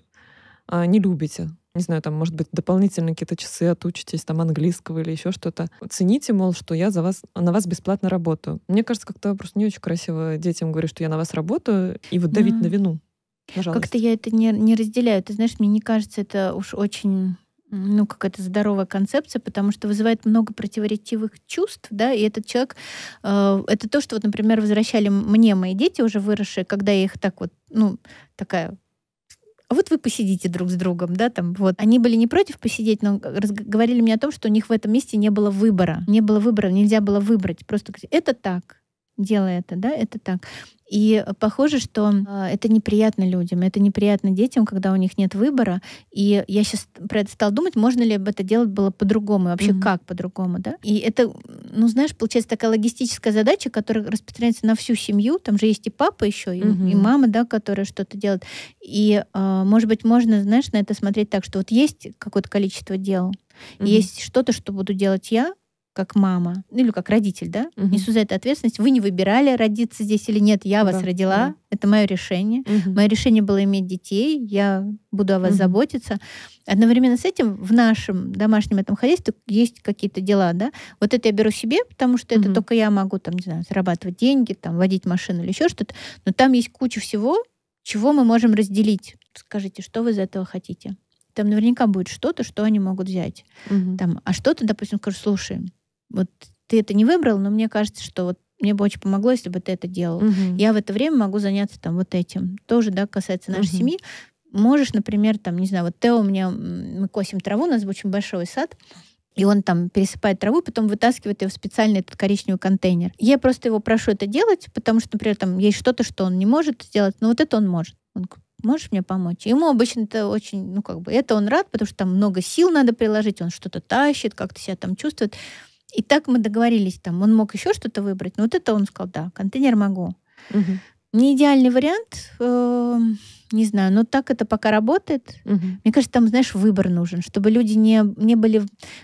не любите. Не знаю, там, может быть, дополнительно какие-то часы отучитесь, там, английского или еще что-то. Цените, мол, что я на вас бесплатно работаю. Мне кажется, как-то просто не очень красиво детям говорить, что я на вас работаю, и вот давить на вину. Пожалуйста. Как-то я это не разделяю. Ты знаешь, мне не кажется, это уж очень какая-то здоровая концепция, потому что вызывает много противоречивых чувств, да, и этот человек, это то, что вот, например, возвращали мне мои дети, уже выросшие, когда я их так вот, такая: а вот вы посидите друг с другом, да, там, вот. Они были не против посидеть, но говорили мне о том, что у них в этом месте не было выбора. Не было выбора, нельзя было выбрать. Просто говорить: это так, делай это, да, это так. И похоже, что это неприятно людям, это неприятно детям, когда у них нет выбора. И я сейчас про это стала думать, можно ли бы это делать было по-другому, и вообще как по-другому, да? И это, знаешь, получается такая логистическая задача, которая распространяется на всю семью. Там же есть и папа еще, и мама, да, которая что-то делает. И, может быть, можно, знаешь, на это смотреть так, что вот есть какое-то количество дел, есть что-то, что буду делать я, как мама, или как родитель, да, несу за это ответственность. Вы не выбирали, родиться здесь или нет, я вас родила, это мое решение. Мое решение было иметь детей, я буду о вас заботиться. Одновременно с этим в нашем домашнем этом хозяйстве есть какие-то дела, да. Вот это я беру себе, потому что это только я могу, там, не знаю, зарабатывать деньги, там, водить машину или еще что-то. Но там есть куча всего, чего мы можем разделить. Скажите, что вы из этого хотите? Там наверняка будет что-то, что они могут взять. Там, а что-то, допустим, скажу: слушай, вот ты это не выбрал, но мне кажется, что вот мне бы очень помогло, если бы ты это делал. Я в это время могу заняться там вот этим. Тоже, да, касается нашей семьи. Можешь, например, там, не знаю, вот Тео мы косим траву, у нас очень большой сад, и он там пересыпает траву, потом вытаскивает ее в специальный этот коричневый контейнер. Я просто его прошу это делать, потому что, например, там есть что-то, что он не может сделать, но вот это он может. Он говорит: можешь мне помочь? Ему обычно это очень, это он рад, потому что там много сил надо приложить, он что-то тащит, как-то себя там чувствует. И так мы договорились, там, он мог еще что-то выбрать, но вот это он сказал: да, контейнер могу. Не идеальный вариант, не знаю, но так это пока работает. Мне кажется, там, знаешь, выбор нужен, чтобы люди не были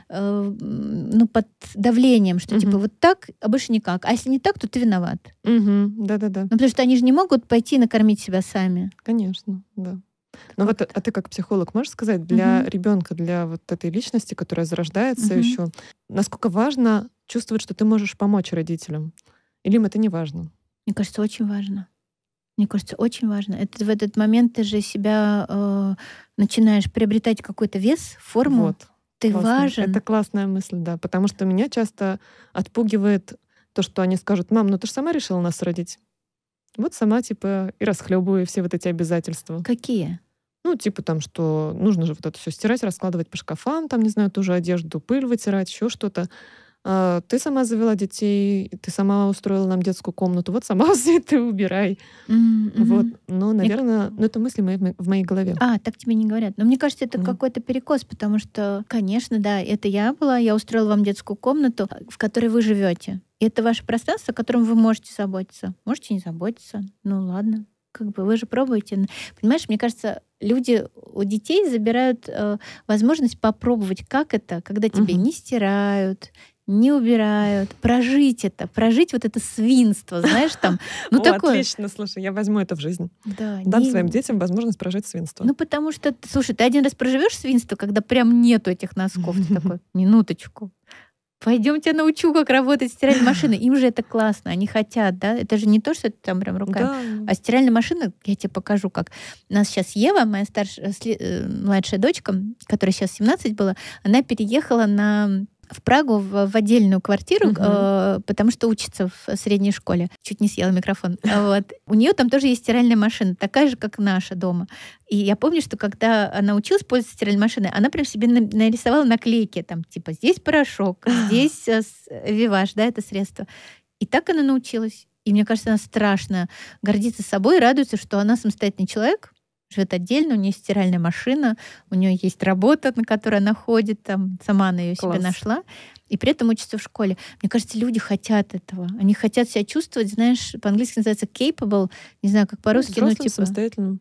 под давлением, что типа вот так, а больше никак. А если не так, то ты виноват. Да-да-да. Потому что они же не могут пойти накормить себя сами. Конечно, да. Ну вот, а ты как психолог можешь сказать, для ребенка, для вот этой личности, которая зарождается еще, насколько важно чувствовать, что ты можешь помочь родителям? Или им это не важно? Мне кажется, очень важно. Мне кажется, очень важно. Это в этот момент ты же себя начинаешь приобретать какой-то вес, форму. Вот. Ты Классно. важен. Это классная мысль, да. Потому что меня часто отпугивает то, что они скажут: мам, ну ты же сама решила нас родить. Вот сама, типа, и расхлебываю все вот эти обязательства. Какие? Ну, типа там, что нужно же вот это все стирать, раскладывать по шкафам, там, не знаю, ту же одежду, пыль вытирать, еще что-то. Ты сама завела детей, ты сама устроила нам детскую комнату, вот сама все это убирай. Вот. Но, наверное, это мысли в моей голове. Так тебе не говорят. Но мне кажется, это какой-то перекос, потому что, конечно, да, это я устроила вам детскую комнату, в которой вы живете. И это ваше пространство, о котором вы можете заботиться. Можете не заботиться. Ну ладно. как бы вы же пробуете. Понимаешь, мне кажется, люди у детей забирают возможность попробовать, как это, когда тебе не стирают, не убирают, прожить вот это свинство, знаешь, там, ну такое. Отлично, слушай, я возьму это в жизнь. Да, Дам своим детям возможность прожить свинство. Ну потому что, слушай, ты один раз проживешь свинство, когда прям нету этих носков, ты такой, минуточку. Пойдем тебя научу, как работает стиральная машина. Им же это классно, они хотят, да? Это же не то, что ты там прям руками. А стиральная машина, я тебе покажу, как. У нас сейчас Ева, моя младшая дочка, которая сейчас 17 была, она переехала в Прагу в отдельную квартиру, потому что учится в средней школе. Чуть не съела микрофон. Вот. У нее там тоже есть стиральная машина, такая же, как наша дома. И я помню, что когда она училась пользоваться стиральной машиной, она прям себе нарисовала наклейки, там, типа, здесь порошок, здесь Виваж, да, это средство. И так она научилась. И мне кажется, она страшно гордится собой и радуется, что она самостоятельный человек, живет отдельно, у нее есть стиральная машина, у нее есть работа, на которой она ходит, там, сама она ее себе нашла, и при этом учится в школе. Мне кажется, люди хотят этого. Они хотят себя чувствовать, знаешь, по-английски называется capable, не знаю, как по-русски, взрослым, типа самостоятельным.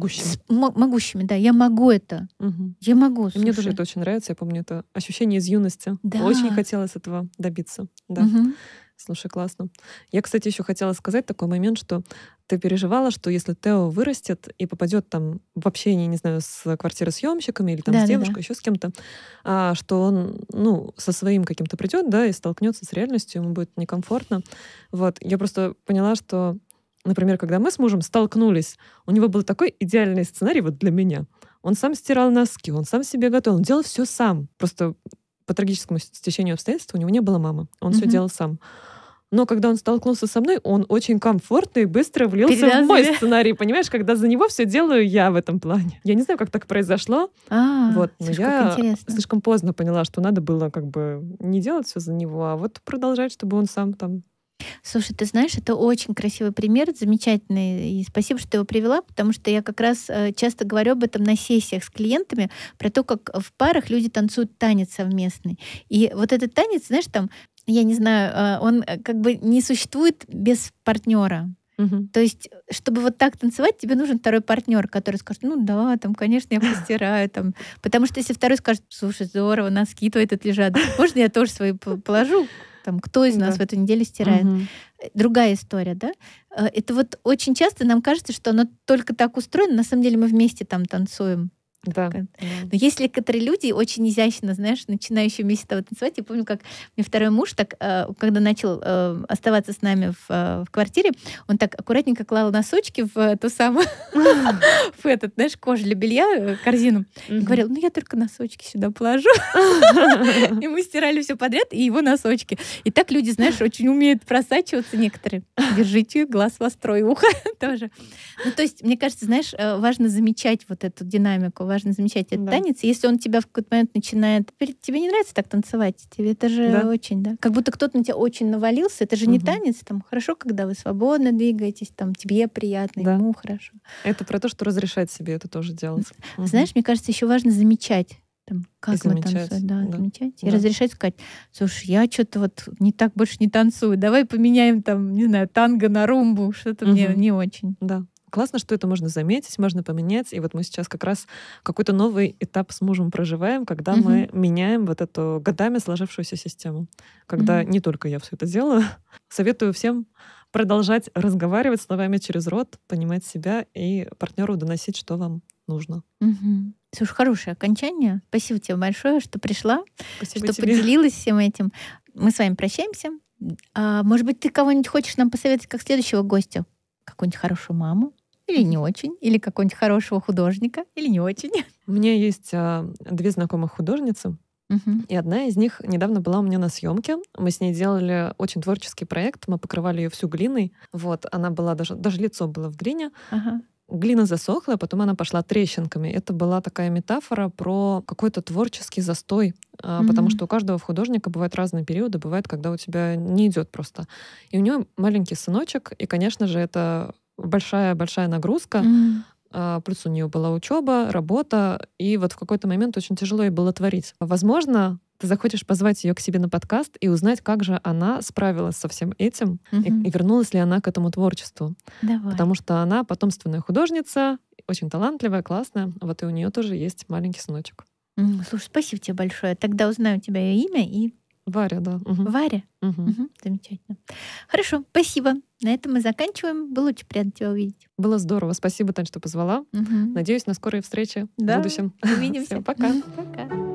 Могущими, да. Я могу это. Я могу. Мне тоже это очень нравится. Я помню это ощущение из юности. Да. Очень хотелось этого добиться. Да. Слушай, классно. Я, кстати, еще хотела сказать такой момент, что ты переживала, что если Тео вырастет и попадет там в общение, не знаю, с квартиросъемщиками или там с девушкой, еще с кем-то, что он, со своим каким-то придет, да, и столкнется с реальностью, ему будет некомфортно. Вот. Я просто поняла, что, например, когда мы с мужем столкнулись, у него был такой идеальный сценарий вот для меня. Он сам стирал носки, он сам себе готовил, он делал все сам. Просто по трагическому стечению обстоятельств у него не было мамы. Он все делал сам. Но когда он столкнулся со мной, он очень комфортно и быстро влился в мой сценарий. Понимаешь, когда за него все делаю я в этом плане. Я не знаю, как так произошло. Но я слишком поздно поняла, что надо было как бы не делать все за него, а вот продолжать, чтобы он сам там... Слушай, ты знаешь, это очень красивый пример, замечательный, и спасибо, что ты его привела, потому что я как раз часто говорю об этом на сессиях с клиентами, про то, как в парах люди танцуют танец совместный. И вот этот танец, знаешь, там, я не знаю, он как бы не существует без партнера. То есть, чтобы вот так танцевать, тебе нужен второй партнер, который скажет, там, конечно, я постираю. Там. Потому что если второй скажет, слушай, здорово, носки твои тут лежат, можно я тоже свои положу? Там, кто из нас в эту неделю стирает? Другая история, да? Это вот очень часто нам кажется, что оно только так устроено, на самом деле мы вместе там танцуем. Да. Но есть некоторые люди очень изящно, знаешь, начинающие вместе того танцевать. Я помню, как мне второй муж, так, когда начал оставаться с нами в квартире, он так аккуратненько клал носочки в ту самую, в этот, знаешь, кожу для белья, корзину. И говорил, я только носочки сюда положу. И мы стирали все подряд, и его носочки. И так люди, знаешь, очень умеют просачиваться некоторые. Держите глаз востро и ухо тоже. То есть, мне кажется, знаешь, важно замечать вот эту динамику, важно замечать этот танец. Если он тебя в какой-то момент начинает... Тебе не нравится так танцевать? Тебе это же очень, да? Как будто кто-то на тебя очень навалился. Это же не танец. Там хорошо, когда вы свободно двигаетесь, там тебе приятно, ему хорошо. Это про то, что разрешать себе это тоже делать. Знаешь, мне кажется, еще важно замечать, там, как мы танцуем. Замечать. И разрешать сказать, слушай, я что-то вот не так больше не танцую. Давай поменяем там, не знаю, танго на румбу. Что-то мне не очень. Да. Классно, что это можно заметить, можно поменять. И вот мы сейчас как раз какой-то новый этап с мужем проживаем, когда мы меняем вот эту годами сложившуюся систему. Когда не только я все это делаю. Советую всем продолжать разговаривать словами через рот, понимать себя и партнеру доносить, что вам нужно. Слушай, хорошее окончание. Спасибо тебе большое, что пришла, Спасибо что тебе. поделилась всем этим. Мы с вами прощаемся. Может быть, ты кого-нибудь хочешь нам посоветовать как следующего гостя? Какую-нибудь хорошую маму? Или не очень? Или какого-нибудь хорошего художника? Или не очень? У меня есть 2 знакомых художницы. И одна из них недавно была у меня на съемке. Мы с ней делали очень творческий проект. Мы покрывали ее всю глиной. Вот, она была даже лицо было в глине. Глина засохла, а потом она пошла трещинками. Это была такая метафора про какой-то творческий застой, потому что у каждого художника бывают разные периоды, бывает, когда у тебя не идет просто. И у нее маленький сыночек, и, конечно же, это большая нагрузка. Плюс у нее была учеба, работа, и вот в какой-то момент очень тяжело ей было творить. Возможно, ты захочешь позвать ее к себе на подкаст и узнать, как же она справилась со всем этим и вернулась ли она к этому творчеству. Давай. Потому что она потомственная художница, очень талантливая, классная. Вот и у нее тоже есть маленький сыночек. Слушай, спасибо тебе большое. Тогда узнаю у тебя ее имя и... Варя, да. Варя? Замечательно. Хорошо, спасибо. На этом мы заканчиваем. Было очень приятно тебя увидеть. Было здорово. Спасибо, Тань, что позвала. Надеюсь на скорые встречи в будущем. Увидимся. Всем пока. Пока.